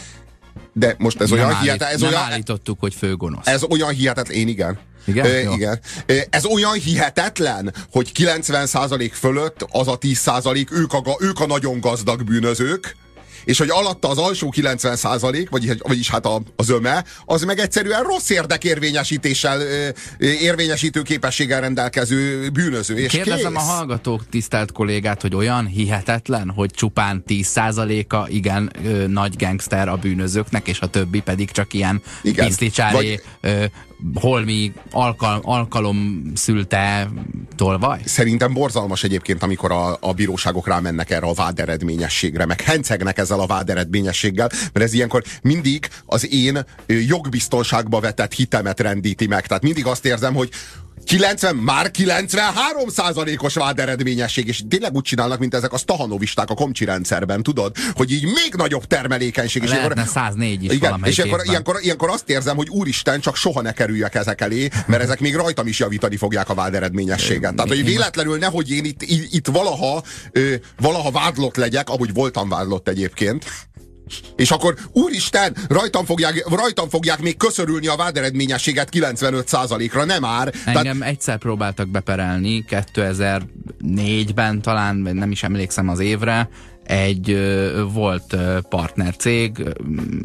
De most ez nem olyan állít, hihetetlen. Ez nem olyan, állítottuk, hogy főgonosz. Ez olyan hihetetlen. Én igen. Igen? Ö, igen. Ez olyan hihetetlen, hogy kilencven százalék fölött az a tíz százalék, ők a, ők a nagyon gazdag bűnözők, és hogy alatta az alsó kilencven százalék, vagyis, vagyis hát a, az öme, az meg egyszerűen rossz érdekérvényesítéssel, érvényesítő képességgel rendelkező bűnöző. És kérdezem kész. A hallgatók, tisztelt kollégát, hogy olyan hihetetlen, hogy csupán tíz százaléka igen ö, nagy gangster a bűnözőknek, és a többi pedig csak ilyen piszlicsári, vagy... ö, holmi alkal, alkalom szülte tolvaj? Szerintem borzalmas egyébként, amikor a, a bíróságok rámennek erre a váderedményességre, meg hencegnek ezzel a váderedményességgel, mert ez ilyenkor mindig az én jogbiztonságba vetett hitemet rendíti meg. Tehát mindig azt érzem, hogy kilencven, már kilencvenhárom százalékos váderedményesség, és tényleg úgy csinálnak, mint ezek a stahanovisták a komcsi rendszerben, tudod? Hogy így még nagyobb termelékenység. Lehetne száznégy is igen, és ilyenkor, ilyenkor, ilyenkor azt érzem, hogy úristen, csak soha ne kerüljek ezek elé, mert ezek még rajtam is javítani fogják a váderedményességet. Tehát, hogy véletlenül nehogy én itt, itt, itt valaha, ö, valaha vádlott legyek, ahogy voltam vádlott egyébként, és akkor úristen, rajtam fogják, rajtam fogják még köszörülni a váderedményességet kilencvenöt százalékra, nem már. Engem Tehát... egyszer próbáltak beperelni, kétezer-négyben talán, nem is emlékszem az évre, egy ö, volt ö, partnercég ö,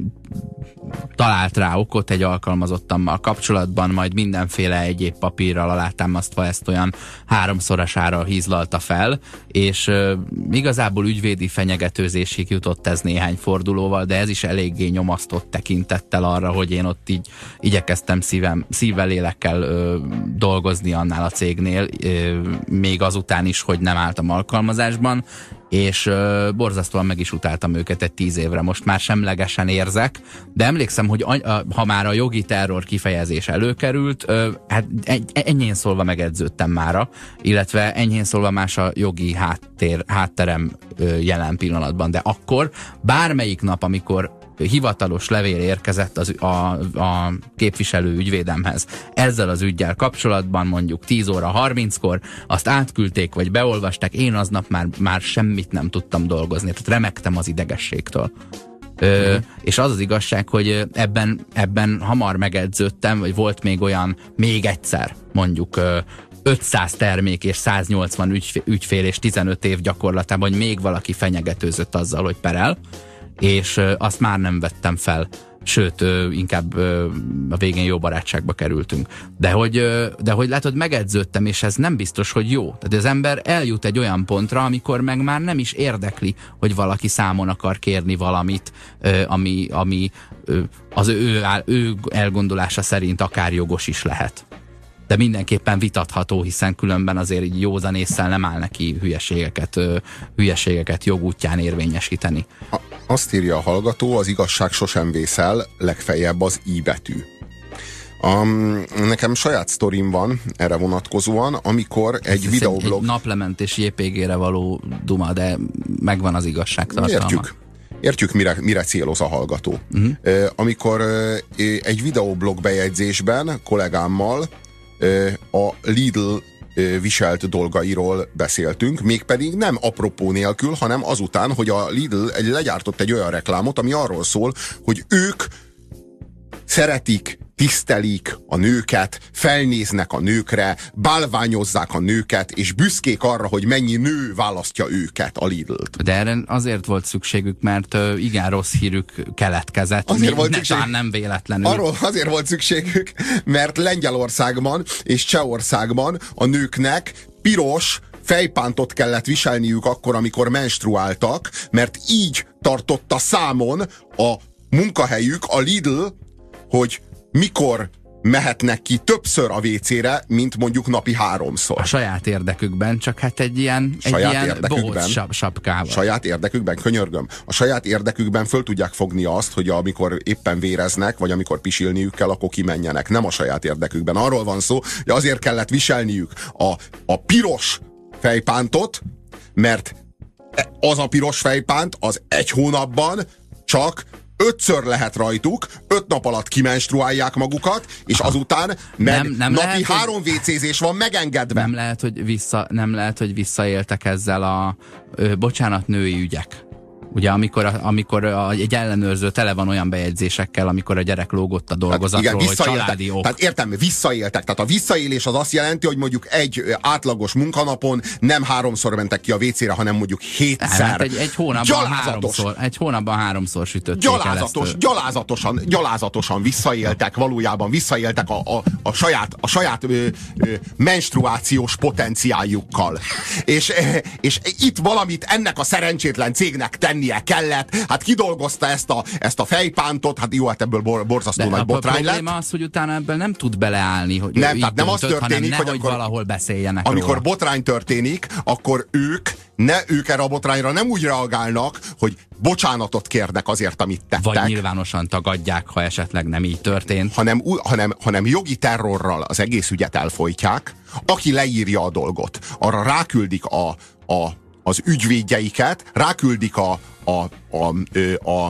talált rá okot egy alkalmazottammal kapcsolatban, majd mindenféle egyéb papírral alátámasztva ezt olyan háromszorosára hízlalta fel, és ö, igazából ügyvédi fenyegetőzésig jutott ez néhány fordulóval, de ez is eléggé nyomasztott tekintettel arra, hogy én ott így igyekeztem szívem, szívvel lélekkel ö, dolgozni annál a cégnél, ö, még azután is, hogy nem álltam alkalmazásban, és uh, borzasztóan meg is utáltam őket egy tíz évre, most már semlegesen érzek, de emlékszem, hogy a, a, ha már a jogi terror kifejezés előkerült, uh, hát enyhén szólva megedződtem mára, illetve enyhén szólva más a jogi háttér, hátterem uh, jelen pillanatban, de akkor bármelyik nap, amikor hivatalos levél érkezett az, a, a képviselő ügyvédemhez ezzel az üggyel kapcsolatban, mondjuk tíz óra harminckor, azt átküldték, vagy beolvasták, én aznap már, már semmit nem tudtam dolgozni, tehát remegtem az idegességtől. Ö, és az az igazság, hogy ebben, ebben hamar megedződtem, vagy volt még olyan, még egyszer, mondjuk ötszáz termék és száznyolcvan ügyfél, ügyfél és tizenöt év gyakorlatában, hogy még valaki fenyegetőzött azzal, hogy perel, és azt már nem vettem fel. Sőt, inkább a végén jó barátságba kerültünk. De hogy, de hogy látod, megedződtem, és ez nem biztos, hogy jó. Tehát az ember eljut egy olyan pontra, amikor meg már nem is érdekli, hogy valaki számon akar kérni valamit, ami, ami az ő, ő elgondolása szerint akár jogos is lehet. De mindenképpen vitatható, hiszen különben azért így józan ésszel nem áll neki hülyeségeket, hülyeségeket jogútján érvényesíteni. A, azt írja a hallgató, az igazság sosem vészel, legfeljebb az i betű. Um, nekem saját sztorim van erre vonatkozóan, amikor egy Ez videoblog... Egy naplement és jé pé gére való duma, de megvan az igazság tartalma. Értjük. Értjük, mire, mire céloz a hallgató. Uh-huh. Uh, amikor uh, egy videoblog bejegyzésben kollégámmal a Lidl viselt dolgairól beszéltünk, mégpedig nem apropó nélkül, hanem azután, hogy a Lidl legyártott egy olyan reklámot, ami arról szól, hogy ők szeretik, tisztelik a nőket, felnéznek a nőkre, bálványozzák a nőket, és büszkék arra, hogy mennyi nő választja őket, a Lidl-t. De erre azért volt szükségük, mert igen rossz hírük keletkezett. Azért volt szükség... nem véletlenül. Arról azért volt szükségük, mert Lengyelországban és Csehországban a nőknek piros fejpántot kellett viselniük akkor, amikor menstruáltak, mert így tartotta számon a munkahelyük, a Lidl, hogy mikor mehetnek ki többször a vécére, mint mondjuk napi háromszor. A saját érdekükben, csak hát egy ilyen, egy ilyen bohóc sapkával. Saját érdekükben, könyörgöm. A saját érdekükben föl tudják fogni azt, hogy amikor éppen véreznek, vagy amikor pisilniük kell, akkor kimenjenek. Nem a saját érdekükben. Arról van szó, hogy azért kellett viselniük a, a piros fejpántot, mert az a piros fejpánt az egy hónapban csak ötször lehet rajtuk, öt nap alatt kimenstruálják magukat, és azután meg nem, nem napi lehet, három vécézés van megengedve. Nem lehet, hogy, vissza, nem lehet, hogy visszaéltek ezzel a, ö, bocsánat, női ügyek. Ugye amikor, a, amikor a, egy ellenőrző tele van olyan bejegyzésekkel, amikor a gyerek lógott a dolgozatról, hát igen, hogy családi ok. Tehát értem, visszaéltek. Tehát a visszaélés az azt jelenti, hogy mondjuk egy átlagos munkanapon nem háromszor mentek ki a vécére, hanem mondjuk hétszer. Hát egy, egy, hónapban háromszor, egy hónapban háromszor sütötték gyalázatos, el gyalázatosan, gyalázatosan visszaéltek, valójában visszaéltek a, a, a saját, a saját ö, ö, menstruációs potenciáljukkal. És, és itt valamit ennek a szerencsétlen cégnek tenni kellett, hát kidolgozta ezt a, ezt a fejpántot, hát jó, hát ebből bor, borzasztó nagy botrány lett. A probléma az, hogy utána ebből nem tud beleállni, hogy nem, tehát nem döntött, az történik, hanem hogy amikor, valahol beszéljenek amikor róla. botrány történik, akkor ők, ne, ők erre a botrányra nem úgy reagálnak, hogy bocsánatot kérnek azért, amit tettek. Vagy nyilvánosan tagadják, ha esetleg nem így történt. Hanem, hanem, hanem jogi terrorral az egész ügyet elfojtják, aki leírja a dolgot. Arra ráküldik a, a az ügyvédjeiket, ráküldik a, a, a, a, a,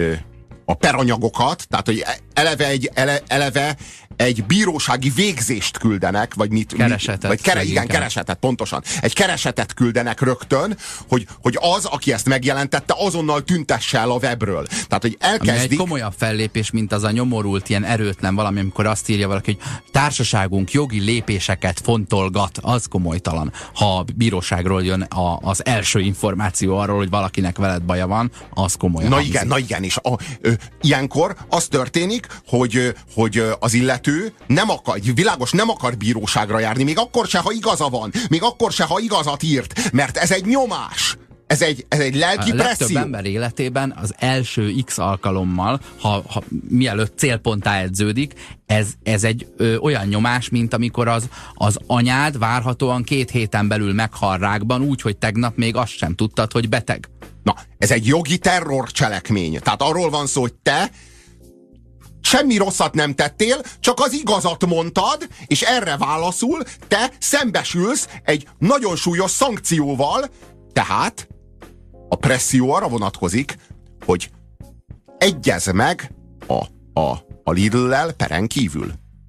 a peranyagokat, tehát hogy eleve egy, ele, eleve egy bírósági végzést küldenek, vagy mit? Keresetet. Vagy kere, igen, keresetet, pontosan. Egy keresetet küldenek rögtön, hogy, hogy az, aki ezt megjelentette, azonnal tüntesse el a webről. Tehát, hogy elkezdik... Ami egy komolyabb fellépés, mint az a nyomorult, ilyen erőtlen valami, amikor azt írja valaki, hogy társaságunk jogi lépéseket fontolgat, az komolytalan. Ha a bíróságról jön a, az első információ arról, hogy valakinek veled baja van, az komoly. Na igen, na igen, és a, ö, ilyenkor az történik, hogy, hogy az illető nem akar, világos, nem akar bíróságra járni, még akkor se, ha igaza van, még akkor se, ha igazat írt, mert ez egy nyomás. Ez egy, ez egy lelki a presszió. A legtöbb ember életében az első X alkalommal, ha, ha mielőtt célponttá edződik, ez, ez egy ö, olyan nyomás, mint amikor az, az anyád várhatóan két héten belül meghal rákban, úgy, hogy tegnap még azt sem tudtad, hogy beteg. Na, ez egy jogi terrorcselekmény. Tehát arról van szó, hogy te semmi rosszat nem tettél, csak az igazat mondtad, és erre válaszul te szembesülsz egy nagyon súlyos szankcióval, tehát a presszió arra vonatkozik, hogy egyezz meg a, a, a Lidl-lel peren kívül.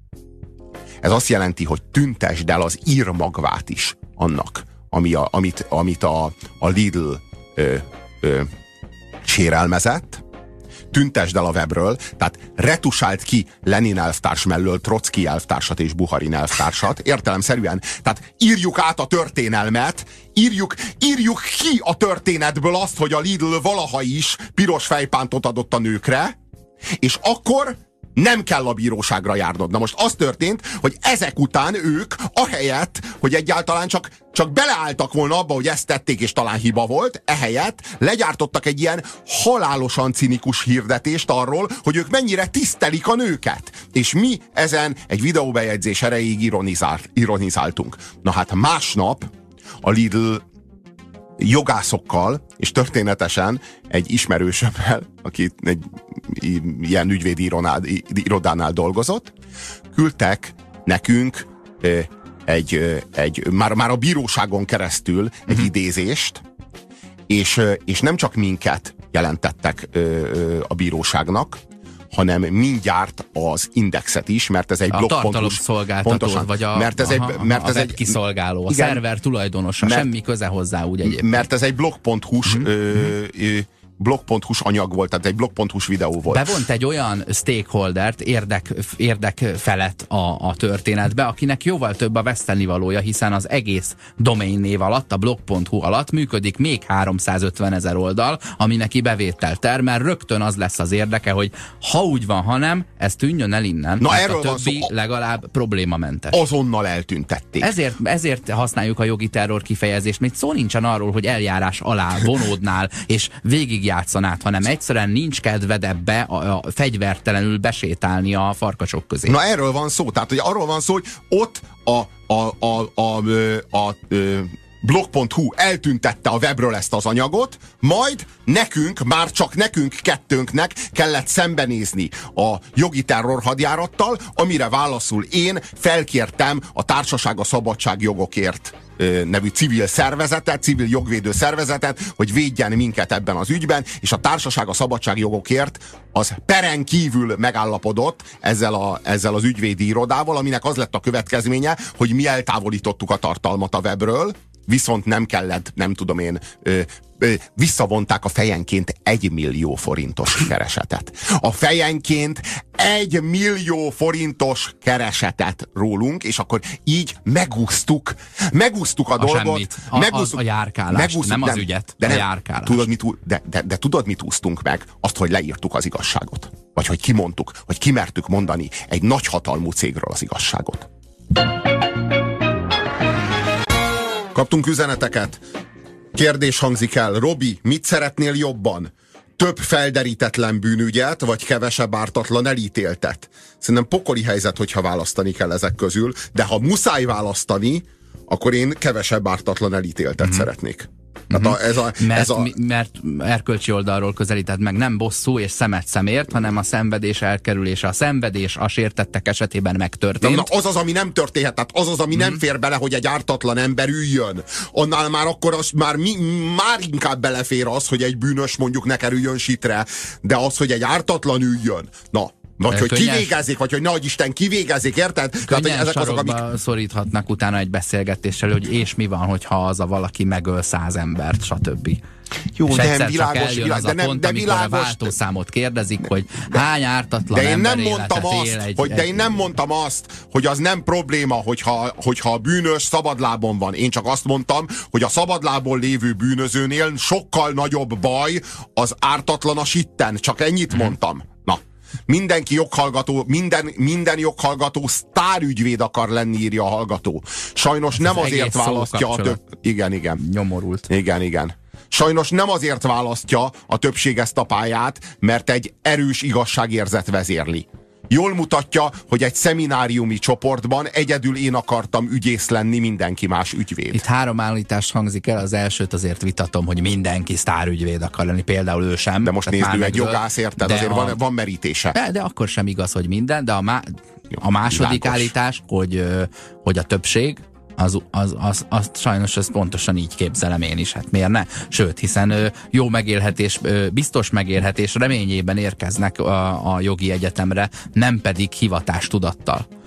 Ez azt jelenti, hogy tüntesd el az írmagvát is annak, ami a, amit, amit a, a Lidl ö, ö, sérelmezett, tüntesd el a webről, tehát retusált ki Lenin elvtárs mellől Trocki elvtársat és Buharin elvtársat, értelemszerűen. Tehát írjuk át a történelmet, írjuk, írjuk ki a történetből azt, hogy a Lidl valaha is piros fejpántot adott a nőkre, és akkor nem kell a bíróságra járnod. Na most az történt, hogy ezek után ők, ahelyett, hogy egyáltalán csak, csak beleálltak volna abba, hogy ezt tették, és talán hiba volt, ehelyett legyártottak egy ilyen halálosan cinikus hirdetést arról, hogy ők mennyire tisztelik a nőket. És mi ezen egy videóbejegyzés erejéig ironizál, ironizáltunk. Na hát másnap a Lidl jogászokkal, és történetesen egy ismerősömmel, aki egy ilyen ügyvédi irodánál dolgozott, küldtek nekünk egy, egy már, már a bíróságon keresztül egy mm-hmm. idézést, és, és nem csak minket jelentettek a bíróságnak, hanem mindjárt az Indexet is, mert ez egy a blog.hu-s szolgáltató, vagy a, mert ez egy, mert ez a webkiszolgáló, a igen, szerver tulajdonosa, mert, semmi köze hozzá úgy egyébként. Mert ez egy blog.hu-s mm-hmm. ö, ö, blog.hu-s anyag volt, tehát egy blog.hu-s videó volt. Bevont egy olyan stakeholdert, érdek, érdek felett a, a történetbe, akinek jóval több a vesztenivalója, hiszen az egész domain név alatt, a blog.hu alatt működik még háromszázötven ezer oldal, ami neki bevételt termel, rögtön az lesz az érdeke, hogy ha úgy van, ha nem, ez tűnjön el innen. Na, erről a többi van szó. legalább problémamentes. Azonnal eltüntették. Ezért, ezért használjuk a jogi terror kifejezést, mert szó nincsen arról, hogy eljárás alá vonódnál, és végig játszanád, hanem egyszerűen nincs kedved ebbe a, a fegyvertelenül besétálni a farkasok közé. Na erről van szó, tehát hogy arról van szó, hogy ott a, a, a, a, a, a, a blog.hu eltüntette a webről ezt az anyagot, majd nekünk, már csak nekünk kettőnknek kellett szembenézni a jogi terror hadjárattal, amire válaszul én felkértem a Társaság a Szabadságjogokért nevű civil szervezetet, civil jogvédő szervezetet, hogy védjen minket ebben az ügyben, és a Társaság a Szabadságjogokért az peren kívül megállapodott ezzel, a, ezzel az ügyvédi irodával, aminek az lett a következménye, hogy mi eltávolítottuk a tartalmat a webről, viszont nem kellett, nem tudom én, ö, ö, visszavonták a fejenként egy millió forintos keresetet. A fejenként egy millió forintos keresetet rólunk, és akkor így megúsztuk, megúsztuk a, a dolgot. Semmit. A, megúsztuk, a, a járkálást, megúsztuk, nem az nem, ügyet, de a nem, járkálást. Tudod, mit, de, de, de tudod, mit úsztunk meg? Azt, hogy leírtuk az igazságot. Vagy hogy kimondtuk, hogy kimertük mondani egy nagyhatalmú cégről az igazságot. Kaptunk üzeneteket. Kérdés hangzik el. Robi, mit szeretnél jobban? Több felderítetlen bűnügyet, vagy kevesebb ártatlan elítéltet? Szerintem pokoli helyzet, hogyha választani kell ezek közül, de ha muszáj választani, akkor én kevesebb ártatlan elítéltet mm-hmm. szeretnék. Uh-huh. A, ez a, mert, ez a... mert erkölcsi oldalról közelíted meg nem bosszú és szemet szemért, hanem a szenvedés elkerülése. A szenvedés a sértettek esetében megtörtént. Na, na, az az, ami nem történhet, tehát az az, ami hmm. nem fér bele, hogy egy ártatlan ember üljön. Annál már akkor az, már, mi, már inkább belefér az, hogy egy bűnös mondjuk ne kerüljön sitre, de az, hogy egy ártatlan üljön, na, vagy hogy könnyes, kivégezzék, vagy hogy nehogy Isten kivégezzék, érted? Tehát, hogy ezek azok, amik... szoríthatnak utána egy beszélgetéssel, hogy és mi van, hogyha az a valaki megöl száz embert, stb. Jó, és nem, világos, világos, de nem, pont, de világos, a váltószámot kérdezik, hogy de, hány ártatlan de én ember nem mondtam azt, egy, hogy, egy, de én nem mondtam azt, hogy az nem probléma, hogyha, hogyha a bűnös szabadlábon van. Én csak azt mondtam, hogy a szabadlábon lévő bűnözőnél sokkal nagyobb baj az ártatlan a sitten. Csak ennyit hmm. mondtam. Na. Mindenki joghallgató, minden, minden joghallgató sztárügyvéd akar lenni, írja a hallgató. Sajnos nem azért választja a több... Igen, igen. Nyomorult. Igen, igen. Sajnos nem azért választja a többség ezt a pályát, mert egy erős igazságérzet vezérli. Jól mutatja, hogy egy szemináriumi csoportban egyedül én akartam ügyész lenni, mindenki más ügyvéd. Itt három állítás hangzik el, az elsőt azért vitatom, hogy mindenki sztárügyvéd akar lenni, például ő sem. De most nézd, ő egy jogász, érted? Azért a... van, van merítése. De, de akkor sem igaz, hogy minden, de a, má... Jó, a második világos. Állítás, hogy, hogy a többség, Az, az, az, az, sajnos ez pontosan így képzelem én is, hát miért ne? Sőt, hiszen ö, jó megélhetés, ö, biztos megélhetés reményében érkeznek a, a jogi egyetemre, nem pedig hivatástudattal.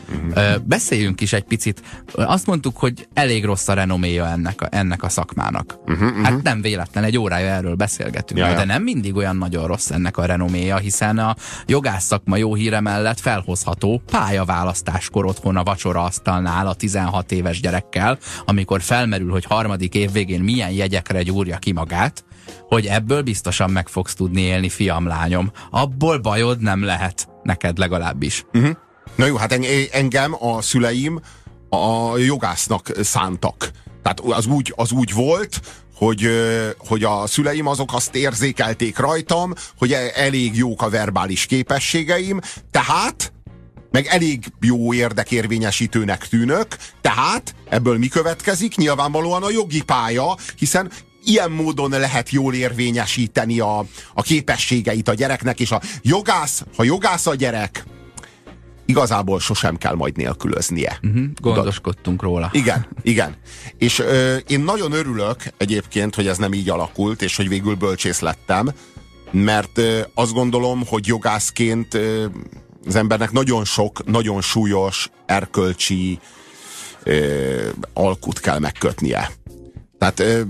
Uh-huh. Beszéljünk is egy picit. Azt mondtuk, hogy elég rossz a renoméja ennek a, ennek a szakmának. Uh-huh, uh-huh. Hát nem véletlen, egy órája erről beszélgetünk. Ja, de nem mindig olyan nagyon rossz ennek a renoméja, hiszen a jogász szakma jó híre mellett felhozható pályaválasztáskor otthon a vacsoraasztalnál a tizenhat éves gyerekkel, amikor felmerül, hogy harmadik év végén milyen jegyekre gyúrja ki magát, hogy ebből biztosan meg fogsz tudni élni, fiam, lányom. Abból bajod nem lehet. Neked legalábbis. Uh-huh. Na jó, hát engem a szüleim a jogásznak szántak. Tehát az úgy, az úgy volt, hogy, hogy a szüleim azok azt érzékelték rajtam, hogy elég jók a verbális képességeim, tehát meg elég jó érdekérvényesítőnek tűnök, tehát ebből mi következik? Nyilvánvalóan a jogi pálya, hiszen ilyen módon lehet jól érvényesíteni a, a képességeit a gyereknek, és a jogász, ha jogász a gyerek, igazából sosem kell majd nélkülöznie. Uh-huh, gondoskodtunk róla. Igen, igen. És ö, én nagyon örülök egyébként, hogy ez nem így alakult, és hogy végül bölcsész lettem, mert ö, azt gondolom, hogy jogászként ö, az embernek nagyon sok, nagyon súlyos, erkölcsi ö, alkut kell megkötnie. Tehát, ö,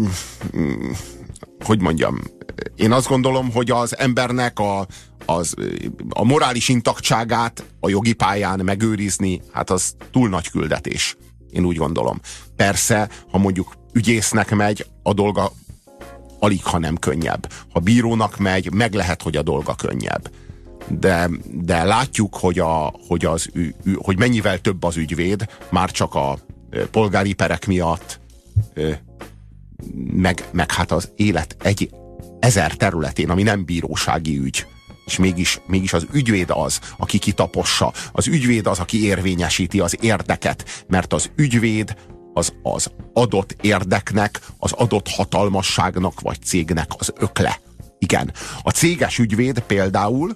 hogy mondjam, én azt gondolom, hogy az embernek a, az, a morális intaktságát a jogi pályán megőrizni, hát az túl nagy küldetés. Én úgy gondolom. Persze, ha mondjuk ügyésznek megy, a dolga alig, ha nem könnyebb. Ha bírónak megy, meg lehet, hogy a dolga könnyebb. De, de látjuk, hogy, a, hogy, az, hogy mennyivel több az ügyvéd, már csak a polgári perek miatt, meg, meg hát az élet egy ezer területén, ami nem bírósági ügy. És mégis, mégis az ügyvéd az, aki kitapossa. Az ügyvéd az, aki érvényesíti az érdeket. Mert az ügyvéd az az adott érdeknek, az adott hatalmasságnak vagy cégnek az ökle. Igen. A céges ügyvéd például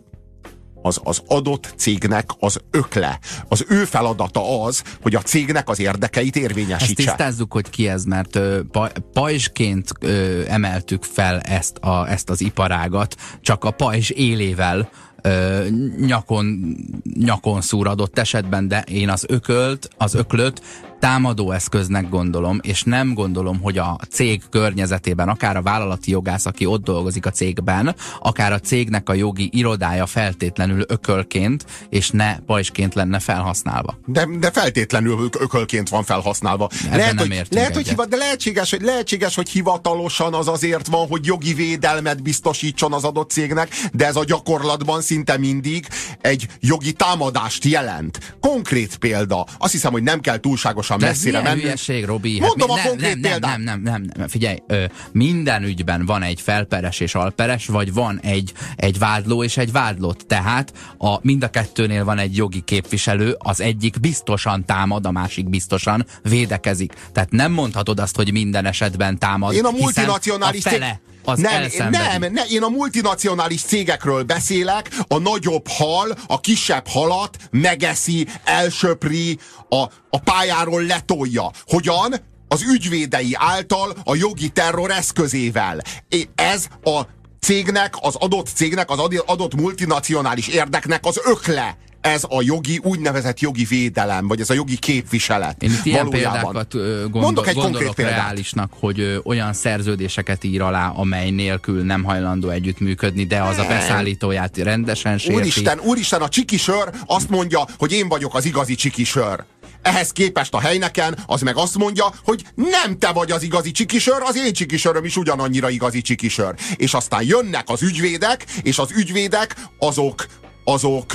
az az adott cégnek az ökle. Az ő feladata az, hogy a cégnek az érdekeit érvényesítse. Ezt tisztázzuk, hogy ki ez, mert ö, pajzsként ö, emeltük fel ezt, a, ezt az iparágat, csak a pajzs élével ö, nyakon, nyakon szúr adott esetben, de én az ökölt, az öklöt támadó eszköznek gondolom, és nem gondolom, hogy a cég környezetében, akár a vállalati jogász, aki ott dolgozik a cégben, akár a cégnek a jogi irodája feltétlenül ökölként, és ne pajzsként lenne felhasználva. De, de feltétlenül ökölként van felhasználva. Lehet, hogy, lehet, hogy hiva, de lehetséges, hogy lehetséges, hogy hivatalosan az azért van, hogy jogi védelmet biztosítson az adott cégnek, de ez a gyakorlatban szinte mindig egy jogi támadást jelent. Konkrét példa. Azt hiszem, hogy nem kell túlságosan messzire menni. Hülyeség, Robi. Mondom hát, a konkrét nem, példát. Nem, nem, nem, nem, figyelj, ö, minden ügyben van egy felperes és alperes, vagy van egy, egy vádló és egy vádlott. Tehát a, mind a kettőnél van egy jogi képviselő, az egyik biztosan támad, a másik biztosan védekezik. Tehát nem mondhatod azt, hogy minden esetben támad, Én a multinacionális a fele az nem, nem, nem, én a multinacionális cégekről beszélek, a nagyobb hal, a kisebb halat megeszi, elsöpri, a, a pályáról letolja. Hogyan? Az ügyvédei által a jogi terror eszközével. Ez a cégnek, az adott cégnek, az adott multinacionális érdeknek az ökle. Ez a jogi, úgynevezett jogi védelem, vagy ez a jogi képviselet. Én itt ilyen példákat gondol, Mondok egy gondolok konkrét reálisnak, hogy ö, olyan szerződéseket ír alá, amely nélkül nem hajlandó együttműködni, de az a beszállítóját rendesen sérti. Úristen, úristen, a csikisör azt mondja, hogy én vagyok az igazi csikisör. Ehhez képest a helyneken az meg azt mondja, hogy nem te vagy az igazi csikisör, az én csikisöröm is ugyanannyira igazi csikisör. És aztán jönnek az ügyvédek, és az ügyvédek azok, azok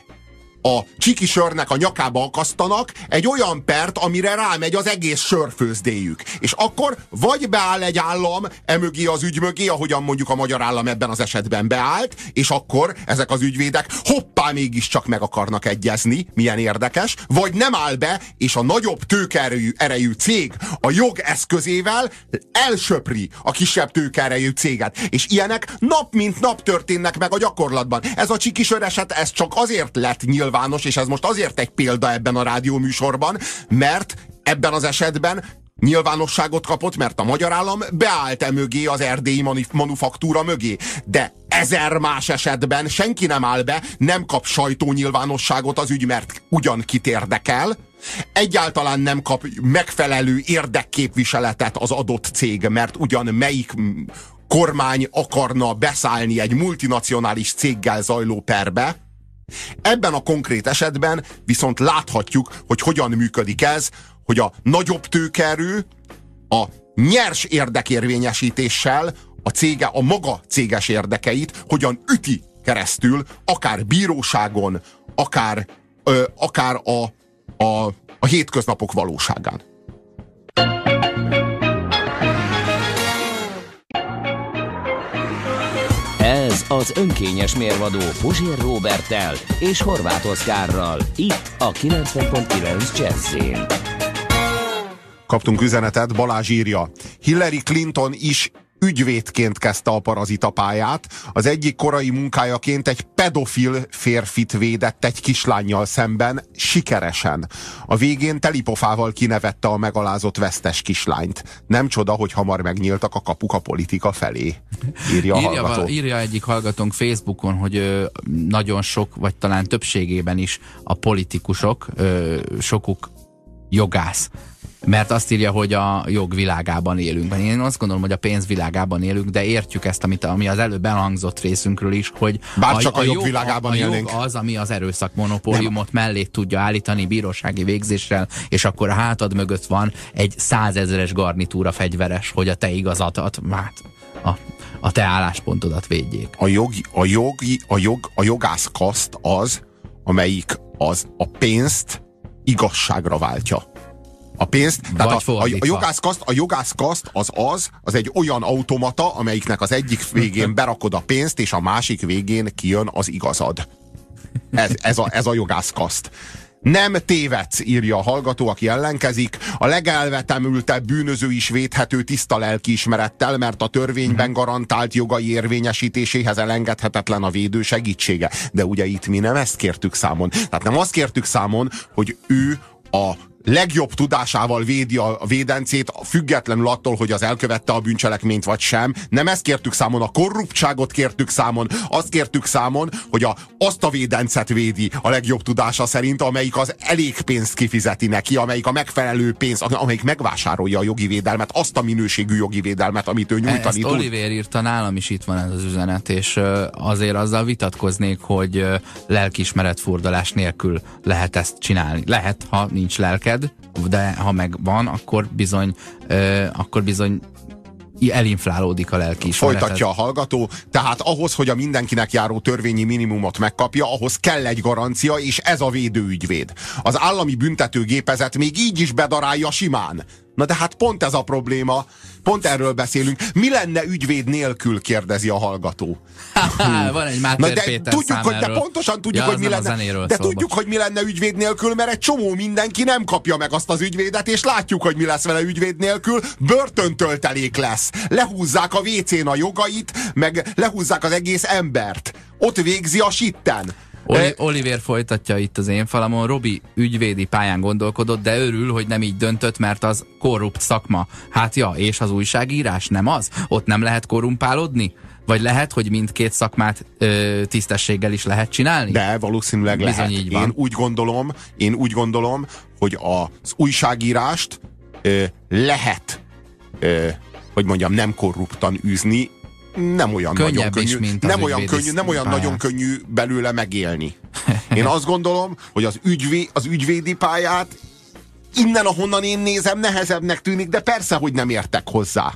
a csikisörnek a nyakába akasztanak egy olyan pert, amire rámegy az egész sörfőzdéjük. És akkor vagy beáll egy állam emögé az ügy mögé, ahogyan mondjuk a magyar állam ebben az esetben beállt, és akkor ezek az ügyvédek hoppá mégiscsak meg akarnak egyezni, milyen érdekes, vagy nem áll be, és a nagyobb tőkeerejű erejű cég a jog eszközével elsöpri a kisebb tőkeerejű céget. És ilyenek nap mint nap történnek meg a gyakorlatban. Ez a csikisör eset, ez csak azért lett nyilván nyilvános, és ez most azért egy példa ebben a rádióműsorban, mert ebben az esetben nyilvánosságot kapott, mert a magyar állam beállt e mögé, az erdélyi manufaktúra mögé. De ezer más esetben senki nem áll be, nem kap sajtónyilvánosságot az ügy, mert ugyan kit érdekel, egyáltalán nem kap megfelelő érdekképviseletet az adott cég, mert ugyan melyik kormány akarna beszállni egy multinacionális céggel zajló perbe. Ebben a konkrét esetben viszont láthatjuk, hogy hogyan működik ez, hogy a nagyobb tőkeerő a nyers érdekérvényesítéssel a cége, a maga céges érdekeit hogyan üti keresztül, akár bíróságon, akár, ö, akár a, a, a hétköznapok valóságán. Ez az önkényes mérvadó Puzsér Róberttel és Horváth Oszkárral, itt a kilencven pont kilenc Jazzyn. Kaptunk üzenetet, Balázs írja: Hillary Clinton is ügyvédként kezdte a parazitapályát. Az egyik korai munkájaként egy pedofil férfit védett egy kislánnyal szemben, sikeresen. A végén telipofával kinevette a megalázott vesztes kislányt. Nem csoda, hogy hamar megnyíltak a kapuk a politika felé. Írja a írja, hallgató. Írja egyik hallgatónk Facebookon, hogy ö, nagyon sok, vagy talán többségében is a politikusok, ö, sokuk jogász. Mert azt írja, hogy a jog világában élünk. Én azt gondolom, hogy a pénz világában élünk, de értjük ezt, amit, ami az előbb elhangzott részünkről is, hogy Bár csak a, a jog, jog világában a, a élnénk. jog az, ami az erőszak monopóliumot mellé tudja állítani bírósági végzéssel, és akkor a hátad mögött van egy százezres garnitúra fegyveres, hogy a te igazadat, hát a, a te álláspontodat védjék. A, jog, a, jogi, a, jog, a jogászkaszt az, amelyik az a pénzt igazságra váltja. A pénzt, tehát a, a, a jogászkaszt, a jogászkaszt az az, az egy olyan automata, amelyiknek az egyik végén berakod a pénzt, és a másik végén kijön az igazad. Ez, ez, a, ez a jogászkaszt. Nem tévedsz, írja a hallgató, aki ellenkezik. A legelvetemültebb bűnöző is védhető tiszta lelkiismerettel, mert a törvényben garantált jogai érvényesítéséhez elengedhetetlen a védő segítsége. De ugye itt mi nem ezt kértük számon. Tehát nem azt kértük számon, hogy ő a legjobb tudásával védi a védencét, függetlenül attól, hogy az elkövette a bűncselekményt vagy sem. Nem ezt kértük számon, a korruptságot kértük számon, azt kértük számon, hogy a, azt a védencet védi a legjobb tudása szerint, amelyik az elég pénzt kifizeti neki, amelyik a megfelelő pénz, amelyik megvásárolja a jogi védelmet, azt a minőségű jogi védelmet, amit ő nyújtani Ezt tud. Olivér írta, nálam is itt van ez az üzenet, és azért azzal vitatkoznék, hogy lelkiismeretfurdalás nélkül lehet ezt csinálni. Lehet, ha nincs lelke, de ha meg van, akkor bizony, euh, akkor bizony elinflálódik a lelkiismereted. Folytatja a hallgató, tehát ahhoz, hogy a mindenkinek járó törvényi minimumot megkapja, ahhoz kell egy garancia, és ez a védőügyvéd. Az állami büntetőgépezet még így is bedarálja simán. Na de hát pont ez a probléma, pont erről beszélünk. Mi lenne ügyvéd nélkül, kérdezi a hallgató. Van egy Máter de Péter tudjuk, szám hogy, de erről. pontosan tudjuk, Ja, hogy mi lenne. De szól, tudjuk, hogy mi lenne ügyvéd nélkül, mert egy csomó mindenki nem kapja meg azt az ügyvédet, és látjuk, hogy mi lesz vele ügyvéd nélkül. Börtöntöltelék lesz. Lehúzzák a vécén a jogait, meg lehúzzák az egész embert. Ott végzi a sitten. Oli- Oliver folytatja itt az én falamon. Robi ügyvédi pályán gondolkodott, de örül, hogy nem így döntött, mert az korrupt szakma. Hát ja, és az újságírás nem az? Ott nem lehet korrumpálódni? Vagy lehet, hogy mindkét szakmát ö, tisztességgel is lehet csinálni? De valószínűleg Bizony lehet. így van. Én úgy gondolom, én úgy gondolom, hogy az újságírást ö, lehet, ö, hogy mondjam, nem korruptan űzni, nem olyan Könnyebb nagyon könnyű, is, mint az nem olyan ügyvédi könnyű, nem olyan pályát. nagyon könnyű belőle megélni. Én azt gondolom, hogy az, ügyvé, az ügyvédi pályát innen, ahonnan én nézem, nehezebbnek tűnik, de persze, hogy nem értek hozzá.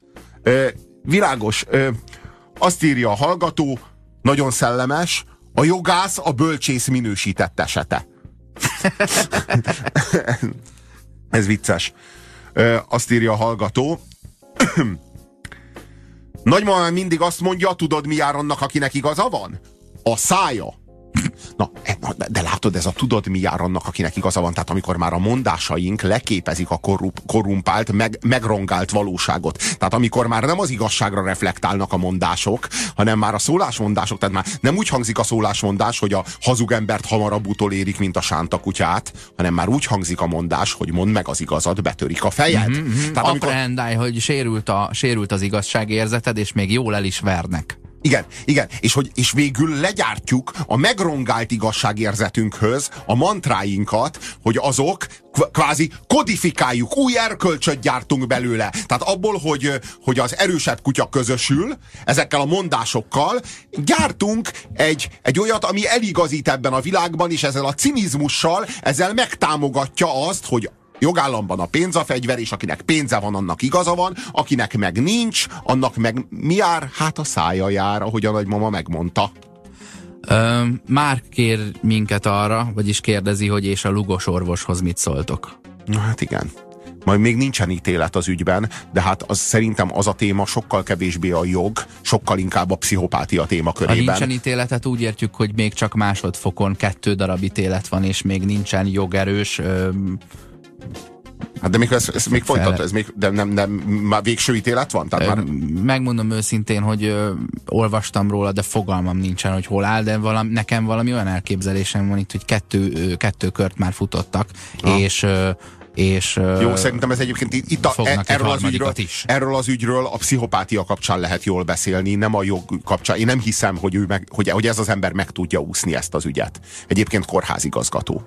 Ö, világos. Ö, azt írja a hallgató, nagyon szellemes, a jogász a bölcsész minősített esete. Ez vicces. Ö, azt írja a hallgató, nagymamám mindig azt mondja, tudod mi jár annak, akinek igaza van? A szája. Na, de, de látod, ez a tudod mi jár annak, akinek igaza van, tehát amikor már a mondásaink leképezik a korrup, korrumpált, meg, megrongált valóságot. Tehát amikor már nem az igazságra reflektálnak a mondások, hanem már a szólásmondások, tehát már nem úgy hangzik a szólásmondás, hogy a hazug embert hamarabb utolérik, mint a sánta kutyát, hanem már úgy hangzik a mondás, hogy mondd meg az igazat, betörik a fejed. Mm-hmm, tehát amikor... Apprehendálj, hogy sérült, a, sérült az igazságérzeted, és még jól el is vernek. Igen, igen, és, hogy, és végül legyártjuk a megrongált igazságérzetünkhöz a mantráinkat, hogy azok kvázi kodifikáljuk, új erkölcsöt gyártunk belőle. Tehát abból, hogy, hogy az erősebb kutya közösül, ezekkel a mondásokkal gyártunk egy, egy olyat, ami eligazít ebben a világban, és ezzel a cinizmussal, ezzel megtámogatja azt, hogy jogállamban a pénz a fegyver, és akinek pénze van, annak igaza van, akinek meg nincs, annak meg mi jár? Hát a szája jár, ahogy a nagymama megmondta. Ö, már kér minket arra, vagyis kérdezi, hogy és a lugos orvoshoz mit szóltok? Na hát igen. Majd még nincsen ítélet az ügyben, de hát az, szerintem az a téma sokkal kevésbé a jog, sokkal inkább a pszichopátia témakörében. Ha nincsen ítéletet, úgy értjük, hogy még csak másodfokon kettő darab ítélet van, és még nincsen jogerős... Ö, Hát de még ez, ez még folytat, ez még, de nem, nem, már végső ítélet van? Tehát már... Megmondom őszintén, hogy ö, olvastam róla, de fogalmam nincsen, hogy hol áll, de valami, nekem valami olyan elképzelésem van itt, hogy kettő, ö, kettő kört már futottak, ha. és... Ö, és jó, szerintem ez egyébként itt a, erről, az ügyről, erről az ügyről a pszichopátia kapcsán lehet jól beszélni, nem a jog kapcsán. Én nem hiszem, hogy, ő meg, hogy, hogy ez az ember meg tudja úszni ezt az ügyet. Egyébként kórházigazgató.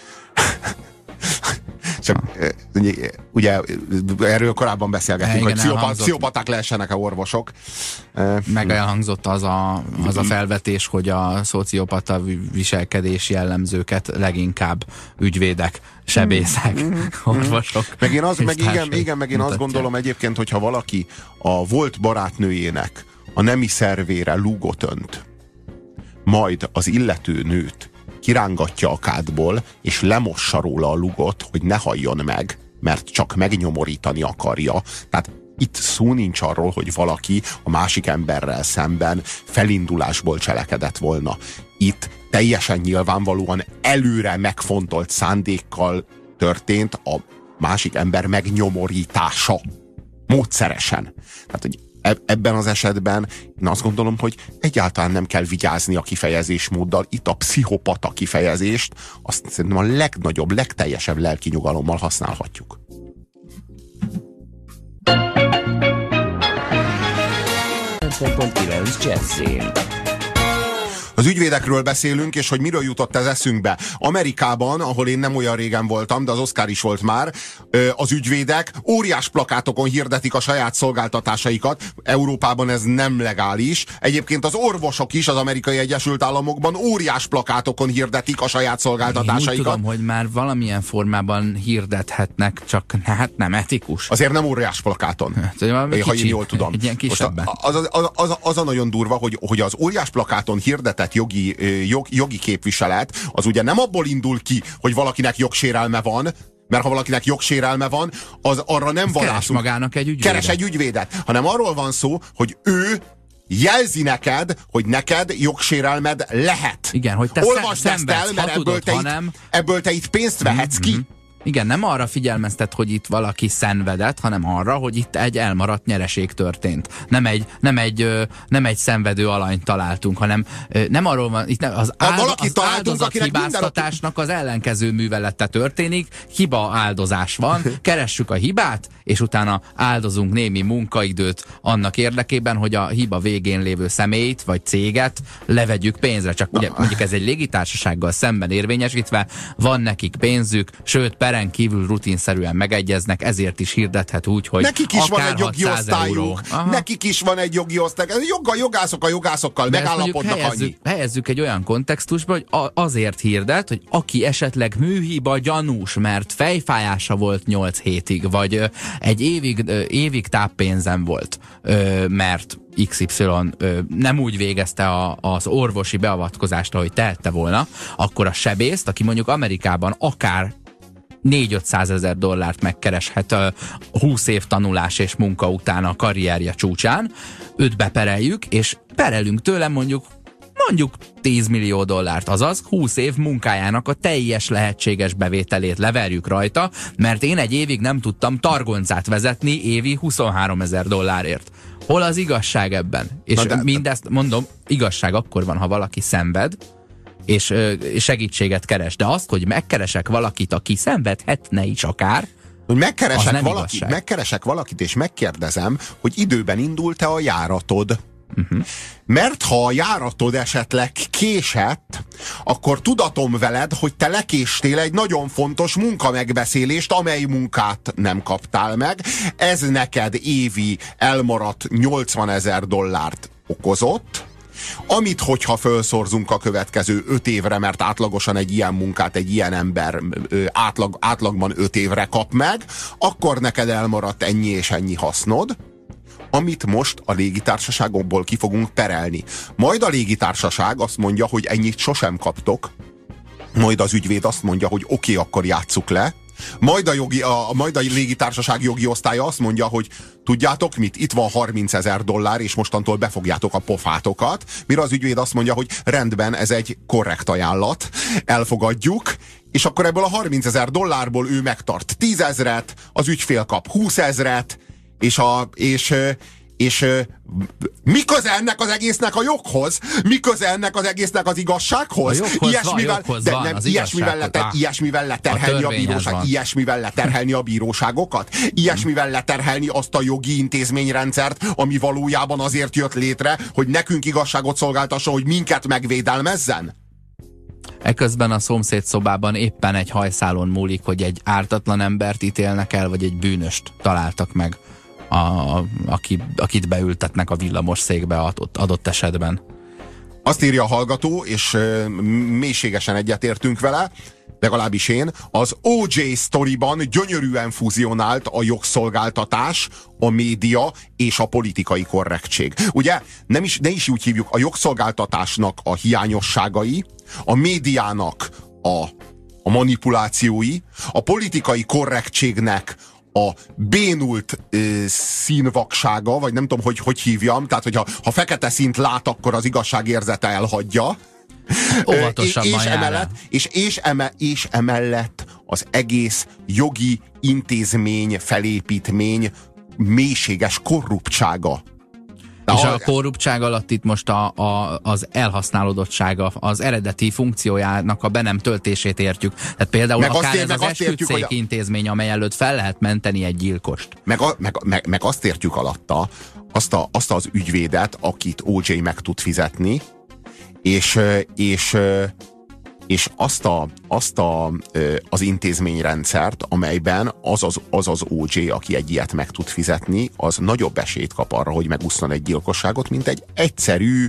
Csak, ugye erről korábban beszélgettünk, hogy pszichopat, pszichopaták lehessenek-e orvosok. Meg elhangzott az a, az a felvetés, hogy a szociopata viselkedési jellemzőket leginkább ügyvédek, sebészek, orvosok. Meg én, az, meg igen, igen, meg én azt gondolom egyébként, hogyha valaki a volt barátnőjének a nemi szervére lúgot önt, majd az illető nőt kirángatja a kádból, és lemossa róla a lugot, hogy ne halljon meg, mert csak megnyomorítani akarja. Tehát itt szó nincs arról, hogy valaki a másik emberrel szemben felindulásból cselekedett volna. Itt teljesen nyilvánvalóan előre megfontolt szándékkal történt a másik ember megnyomorítása. Módszeresen. Tehát, hogy ebben az esetben én azt gondolom, hogy egyáltalán nem kell vigyázni a kifejezésmóddal. Itt a pszichopata kifejezést azt szerintem a legnagyobb, legteljesebb lelki nyugalommal használhatjuk. Az ügyvédekről beszélünk, és hogy miről jutott ez eszünkbe. Amerikában, ahol én nem olyan régen voltam, de az Oscar is volt már, az ügyvédek óriás plakátokon hirdetik a saját szolgáltatásaikat. Európában ez nem legális. Egyébként az orvosok is az Amerikai Egyesült Államokban óriás plakátokon hirdetik a saját szolgáltatásaikat. Én úgy tudom, hogy már valamilyen formában hirdethetnek, csak hát nem etikus. Azért nem óriás plakáton. Hát, én, ha én jól tudom. Egy ilyen kisebben. Az, az, az, az, az a nagyon durva, hogy, hogy az óriás plakáton hirdetett jogi, jog, jogi képviselet, az ugye nem abból indul ki, hogy valakinek jogsérelme van, mert ha valakinek jogsérelme van, az arra nem valászunk. Keres magának egy ügyvédet. Keres egy ügyvédet, hanem arról van szó, hogy ő jelzi neked, hogy neked jogsérelmed lehet. Igen, hogy te olvasd ezt el, mert ebből, tudod, te hanem... itt, ebből te itt pénzt vehetsz mm-hmm. ki. Igen, nem arra figyelmeztet, hogy itt valaki szenvedett, hanem arra, hogy itt egy elmaradt nyereség történt. Nem egy, nem egy, nem egy szenvedő alanyt találtunk, hanem nem arról van, itt nem, az, áld, az áldozat hibáztatásnak az ellenkező művelete történik, hiba áldozás van, keressük a hibát, és utána áldozunk némi munkaidőt annak érdekében, hogy a hiba végén lévő személyt vagy céget levegyük pénzre. Csak ugye mondjuk ez egy légitársasággal szemben érvényesítve, van nekik pénzük, sőt, peren kívül rutinszerűen megegyeznek, ezért is hirdethet úgy, hogy nekik is van egy jogi osztályuk. Nekik is van egy jogi osztály. Joggal, jogászok a jogászokkal de megállapodnak helyezzük, annyi. Helyezzük egy olyan kontextusba, hogy azért hirdet, hogy aki esetleg műhiba gyanús, mert fejfájása volt nyolc hétig, vagy egy évig, évig táppénzem volt, mert iksz ipszilon nem úgy végezte a, az orvosi beavatkozást, ahogy tehette volna, akkor a sebészt, aki mondjuk Amerikában akár négy-ötszázezer dollárt megkereshet a húsz év tanulás és munka után a karrierje csúcsán, őt bepereljük, és perelünk tőle mondjuk mondjuk tíz millió dollárt, azaz húsz év munkájának a teljes lehetséges bevételét leverjük rajta, mert én egy évig nem tudtam targoncát vezetni évi huszonháromezer dollárért. Hol az igazság ebben? És de, mindezt mondom, igazság akkor van, ha valaki szenved, és ö, segítséget keres. De azt, hogy megkeresek valakit, aki szenvedhetne is akár, hogy megkeresek, valaki, megkeresek valakit, és megkérdezem, hogy időben indult-e a járatod. Uh-huh. Mert ha a járatod esetleg késett, akkor tudatom veled, hogy te lekéstél egy nagyon fontos munkamegbeszélést, amely munkát nem kaptál meg. Ez neked évi elmaradt nyolcvanezer dollárt okozott, amit, hogyha felszorzunk a következő öt évre, mert átlagosan egy ilyen munkát egy ilyen ember átlag, átlagban öt évre kap meg, akkor neked elmaradt ennyi és ennyi hasznod, amit most a légitársaságokból ki fogunk perelni. Majd a légitársaság azt mondja, hogy ennyit sosem kaptok, majd az ügyvéd azt mondja, hogy oké, okay, akkor játsszuk le, majd a, jogi, a, majd a légitársaság jogi osztálya azt mondja, hogy tudjátok mit, itt van harmincezer dollár, és mostantól befogjátok a pofátokat, mire az ügyvéd azt mondja, hogy rendben, ez egy korrekt ajánlat, elfogadjuk, és akkor ebből a harmincezer dollárból ő megtart tízezret, az ügyfél kap húszezret, és, a, és, és mi köze ennek az egésznek a joghoz? Mi köze ennek az egésznek az igazsághoz? A ilyesmivel, van, de nem, ilyesmivel, leter, ilyesmivel leterhelni a, a bíróság, ilyesmivel leterhelni a bíróságokat, ilyesmivel leterhelni azt a jogi intézményrendszert, ami valójában azért jött létre, hogy nekünk igazságot szolgáltasson, hogy minket megvédelmezzen. Eközben a szomszéd szobában éppen egy hajszálon múlik, hogy egy ártatlan embert ítélnek el, vagy egy bűnöst találtak meg, a, a, aki, akit beültetnek a villamos székbe adott, adott esetben. Azt írja a hallgató, és euh, mélységesen egyetértünk vele, legalábbis én, az o jé sztoriban gyönyörűen fúzionált a jogszolgáltatás, a média és a politikai korrektség. Ugye, nem is, ne is úgy hívjuk, a jogszolgáltatásnak a hiányosságai, a médiának a, a manipulációi, a politikai korrektségnek a bénult ö, színvaksága, vagy nem tudom, hogy hogy hívjam, tehát hogyha ha fekete színt lát, akkor az igazságérzete elhagyja. Óvatosabban és, és, emellett, és, és, eme, és emellett az egész jogi intézmény, felépítmény mélységes korruptsága. De és a, a korruptság alatt itt most a, a, az elhasználódottsága, az eredeti funkciójának a be nem töltését értjük. Tehát például meg akár ér, ez az esküdtszék a... intézmény, amely előtt fel lehet menteni egy gyilkost. Meg, a, meg, meg, meg azt értjük alatta, azt, a, azt az ügyvédet, akit o jé meg tud fizetni, és, és, és azt, a, azt a, az intézményrendszert, amelyben az az, az az o jé, aki egy ilyet meg tud fizetni, az nagyobb esélyt kap arra, hogy megusszon egy gyilkosságot, mint egy egyszerű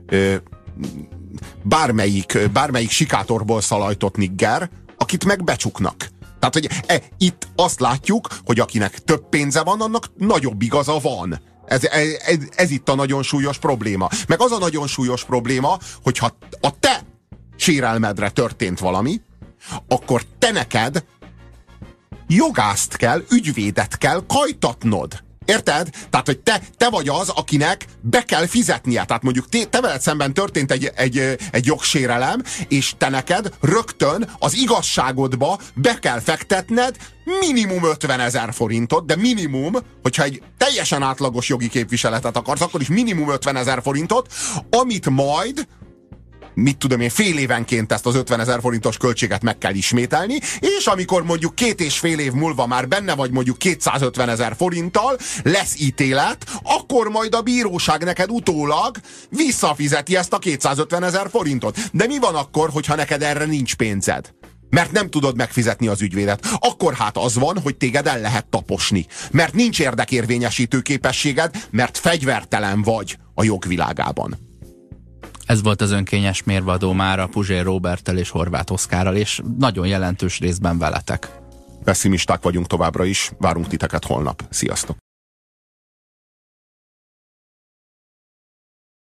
bármelyik, bármelyik sikátorból szalajtott nigger, akit meg becsuknak. Tehát, hogy e, itt azt látjuk, hogy akinek több pénze van, annak nagyobb igaza van. Ez, ez, ez itt a nagyon súlyos probléma. Meg az a nagyon súlyos probléma, hogyha a te sérelmedre történt valami, akkor te neked jogászt kell, ügyvédet kell kajtatnod. Érted? Tehát, hogy te, te vagy az, akinek be kell fizetnie. Tehát mondjuk te, te veled szemben történt egy, egy, egy jogsérelem, és te neked rögtön az igazságodba be kell fektetned minimum ötvenezer forintot, de minimum, hogyha egy teljesen átlagos jogi képviseletet akarsz, akkor is minimum ötvenezer forintot, amit majd mit tudom én, fél évenként ezt az ötvenezer forintos költséget meg kell ismételni, és amikor mondjuk két és fél év múlva már benne vagy mondjuk kétszázötvenezer forinttal, lesz ítélet, akkor majd a bíróság neked utólag visszafizeti ezt a kétszázötvenezer forintot. De mi van akkor, hogyha neked erre nincs pénzed? Mert nem tudod megfizetni az ügyvédet. Akkor hát az van, hogy téged el lehet taposni. Mert nincs érdekérvényesítő képességed, mert fegyvertelen vagy a jogvilágában. Ez volt az önkényes mérvadó mára Puzsér Róberttel és Horváth Oszkárral, és nagyon jelentős részben veletek. Pessimisták vagyunk továbbra is, várunk titeket holnap. Sziasztok!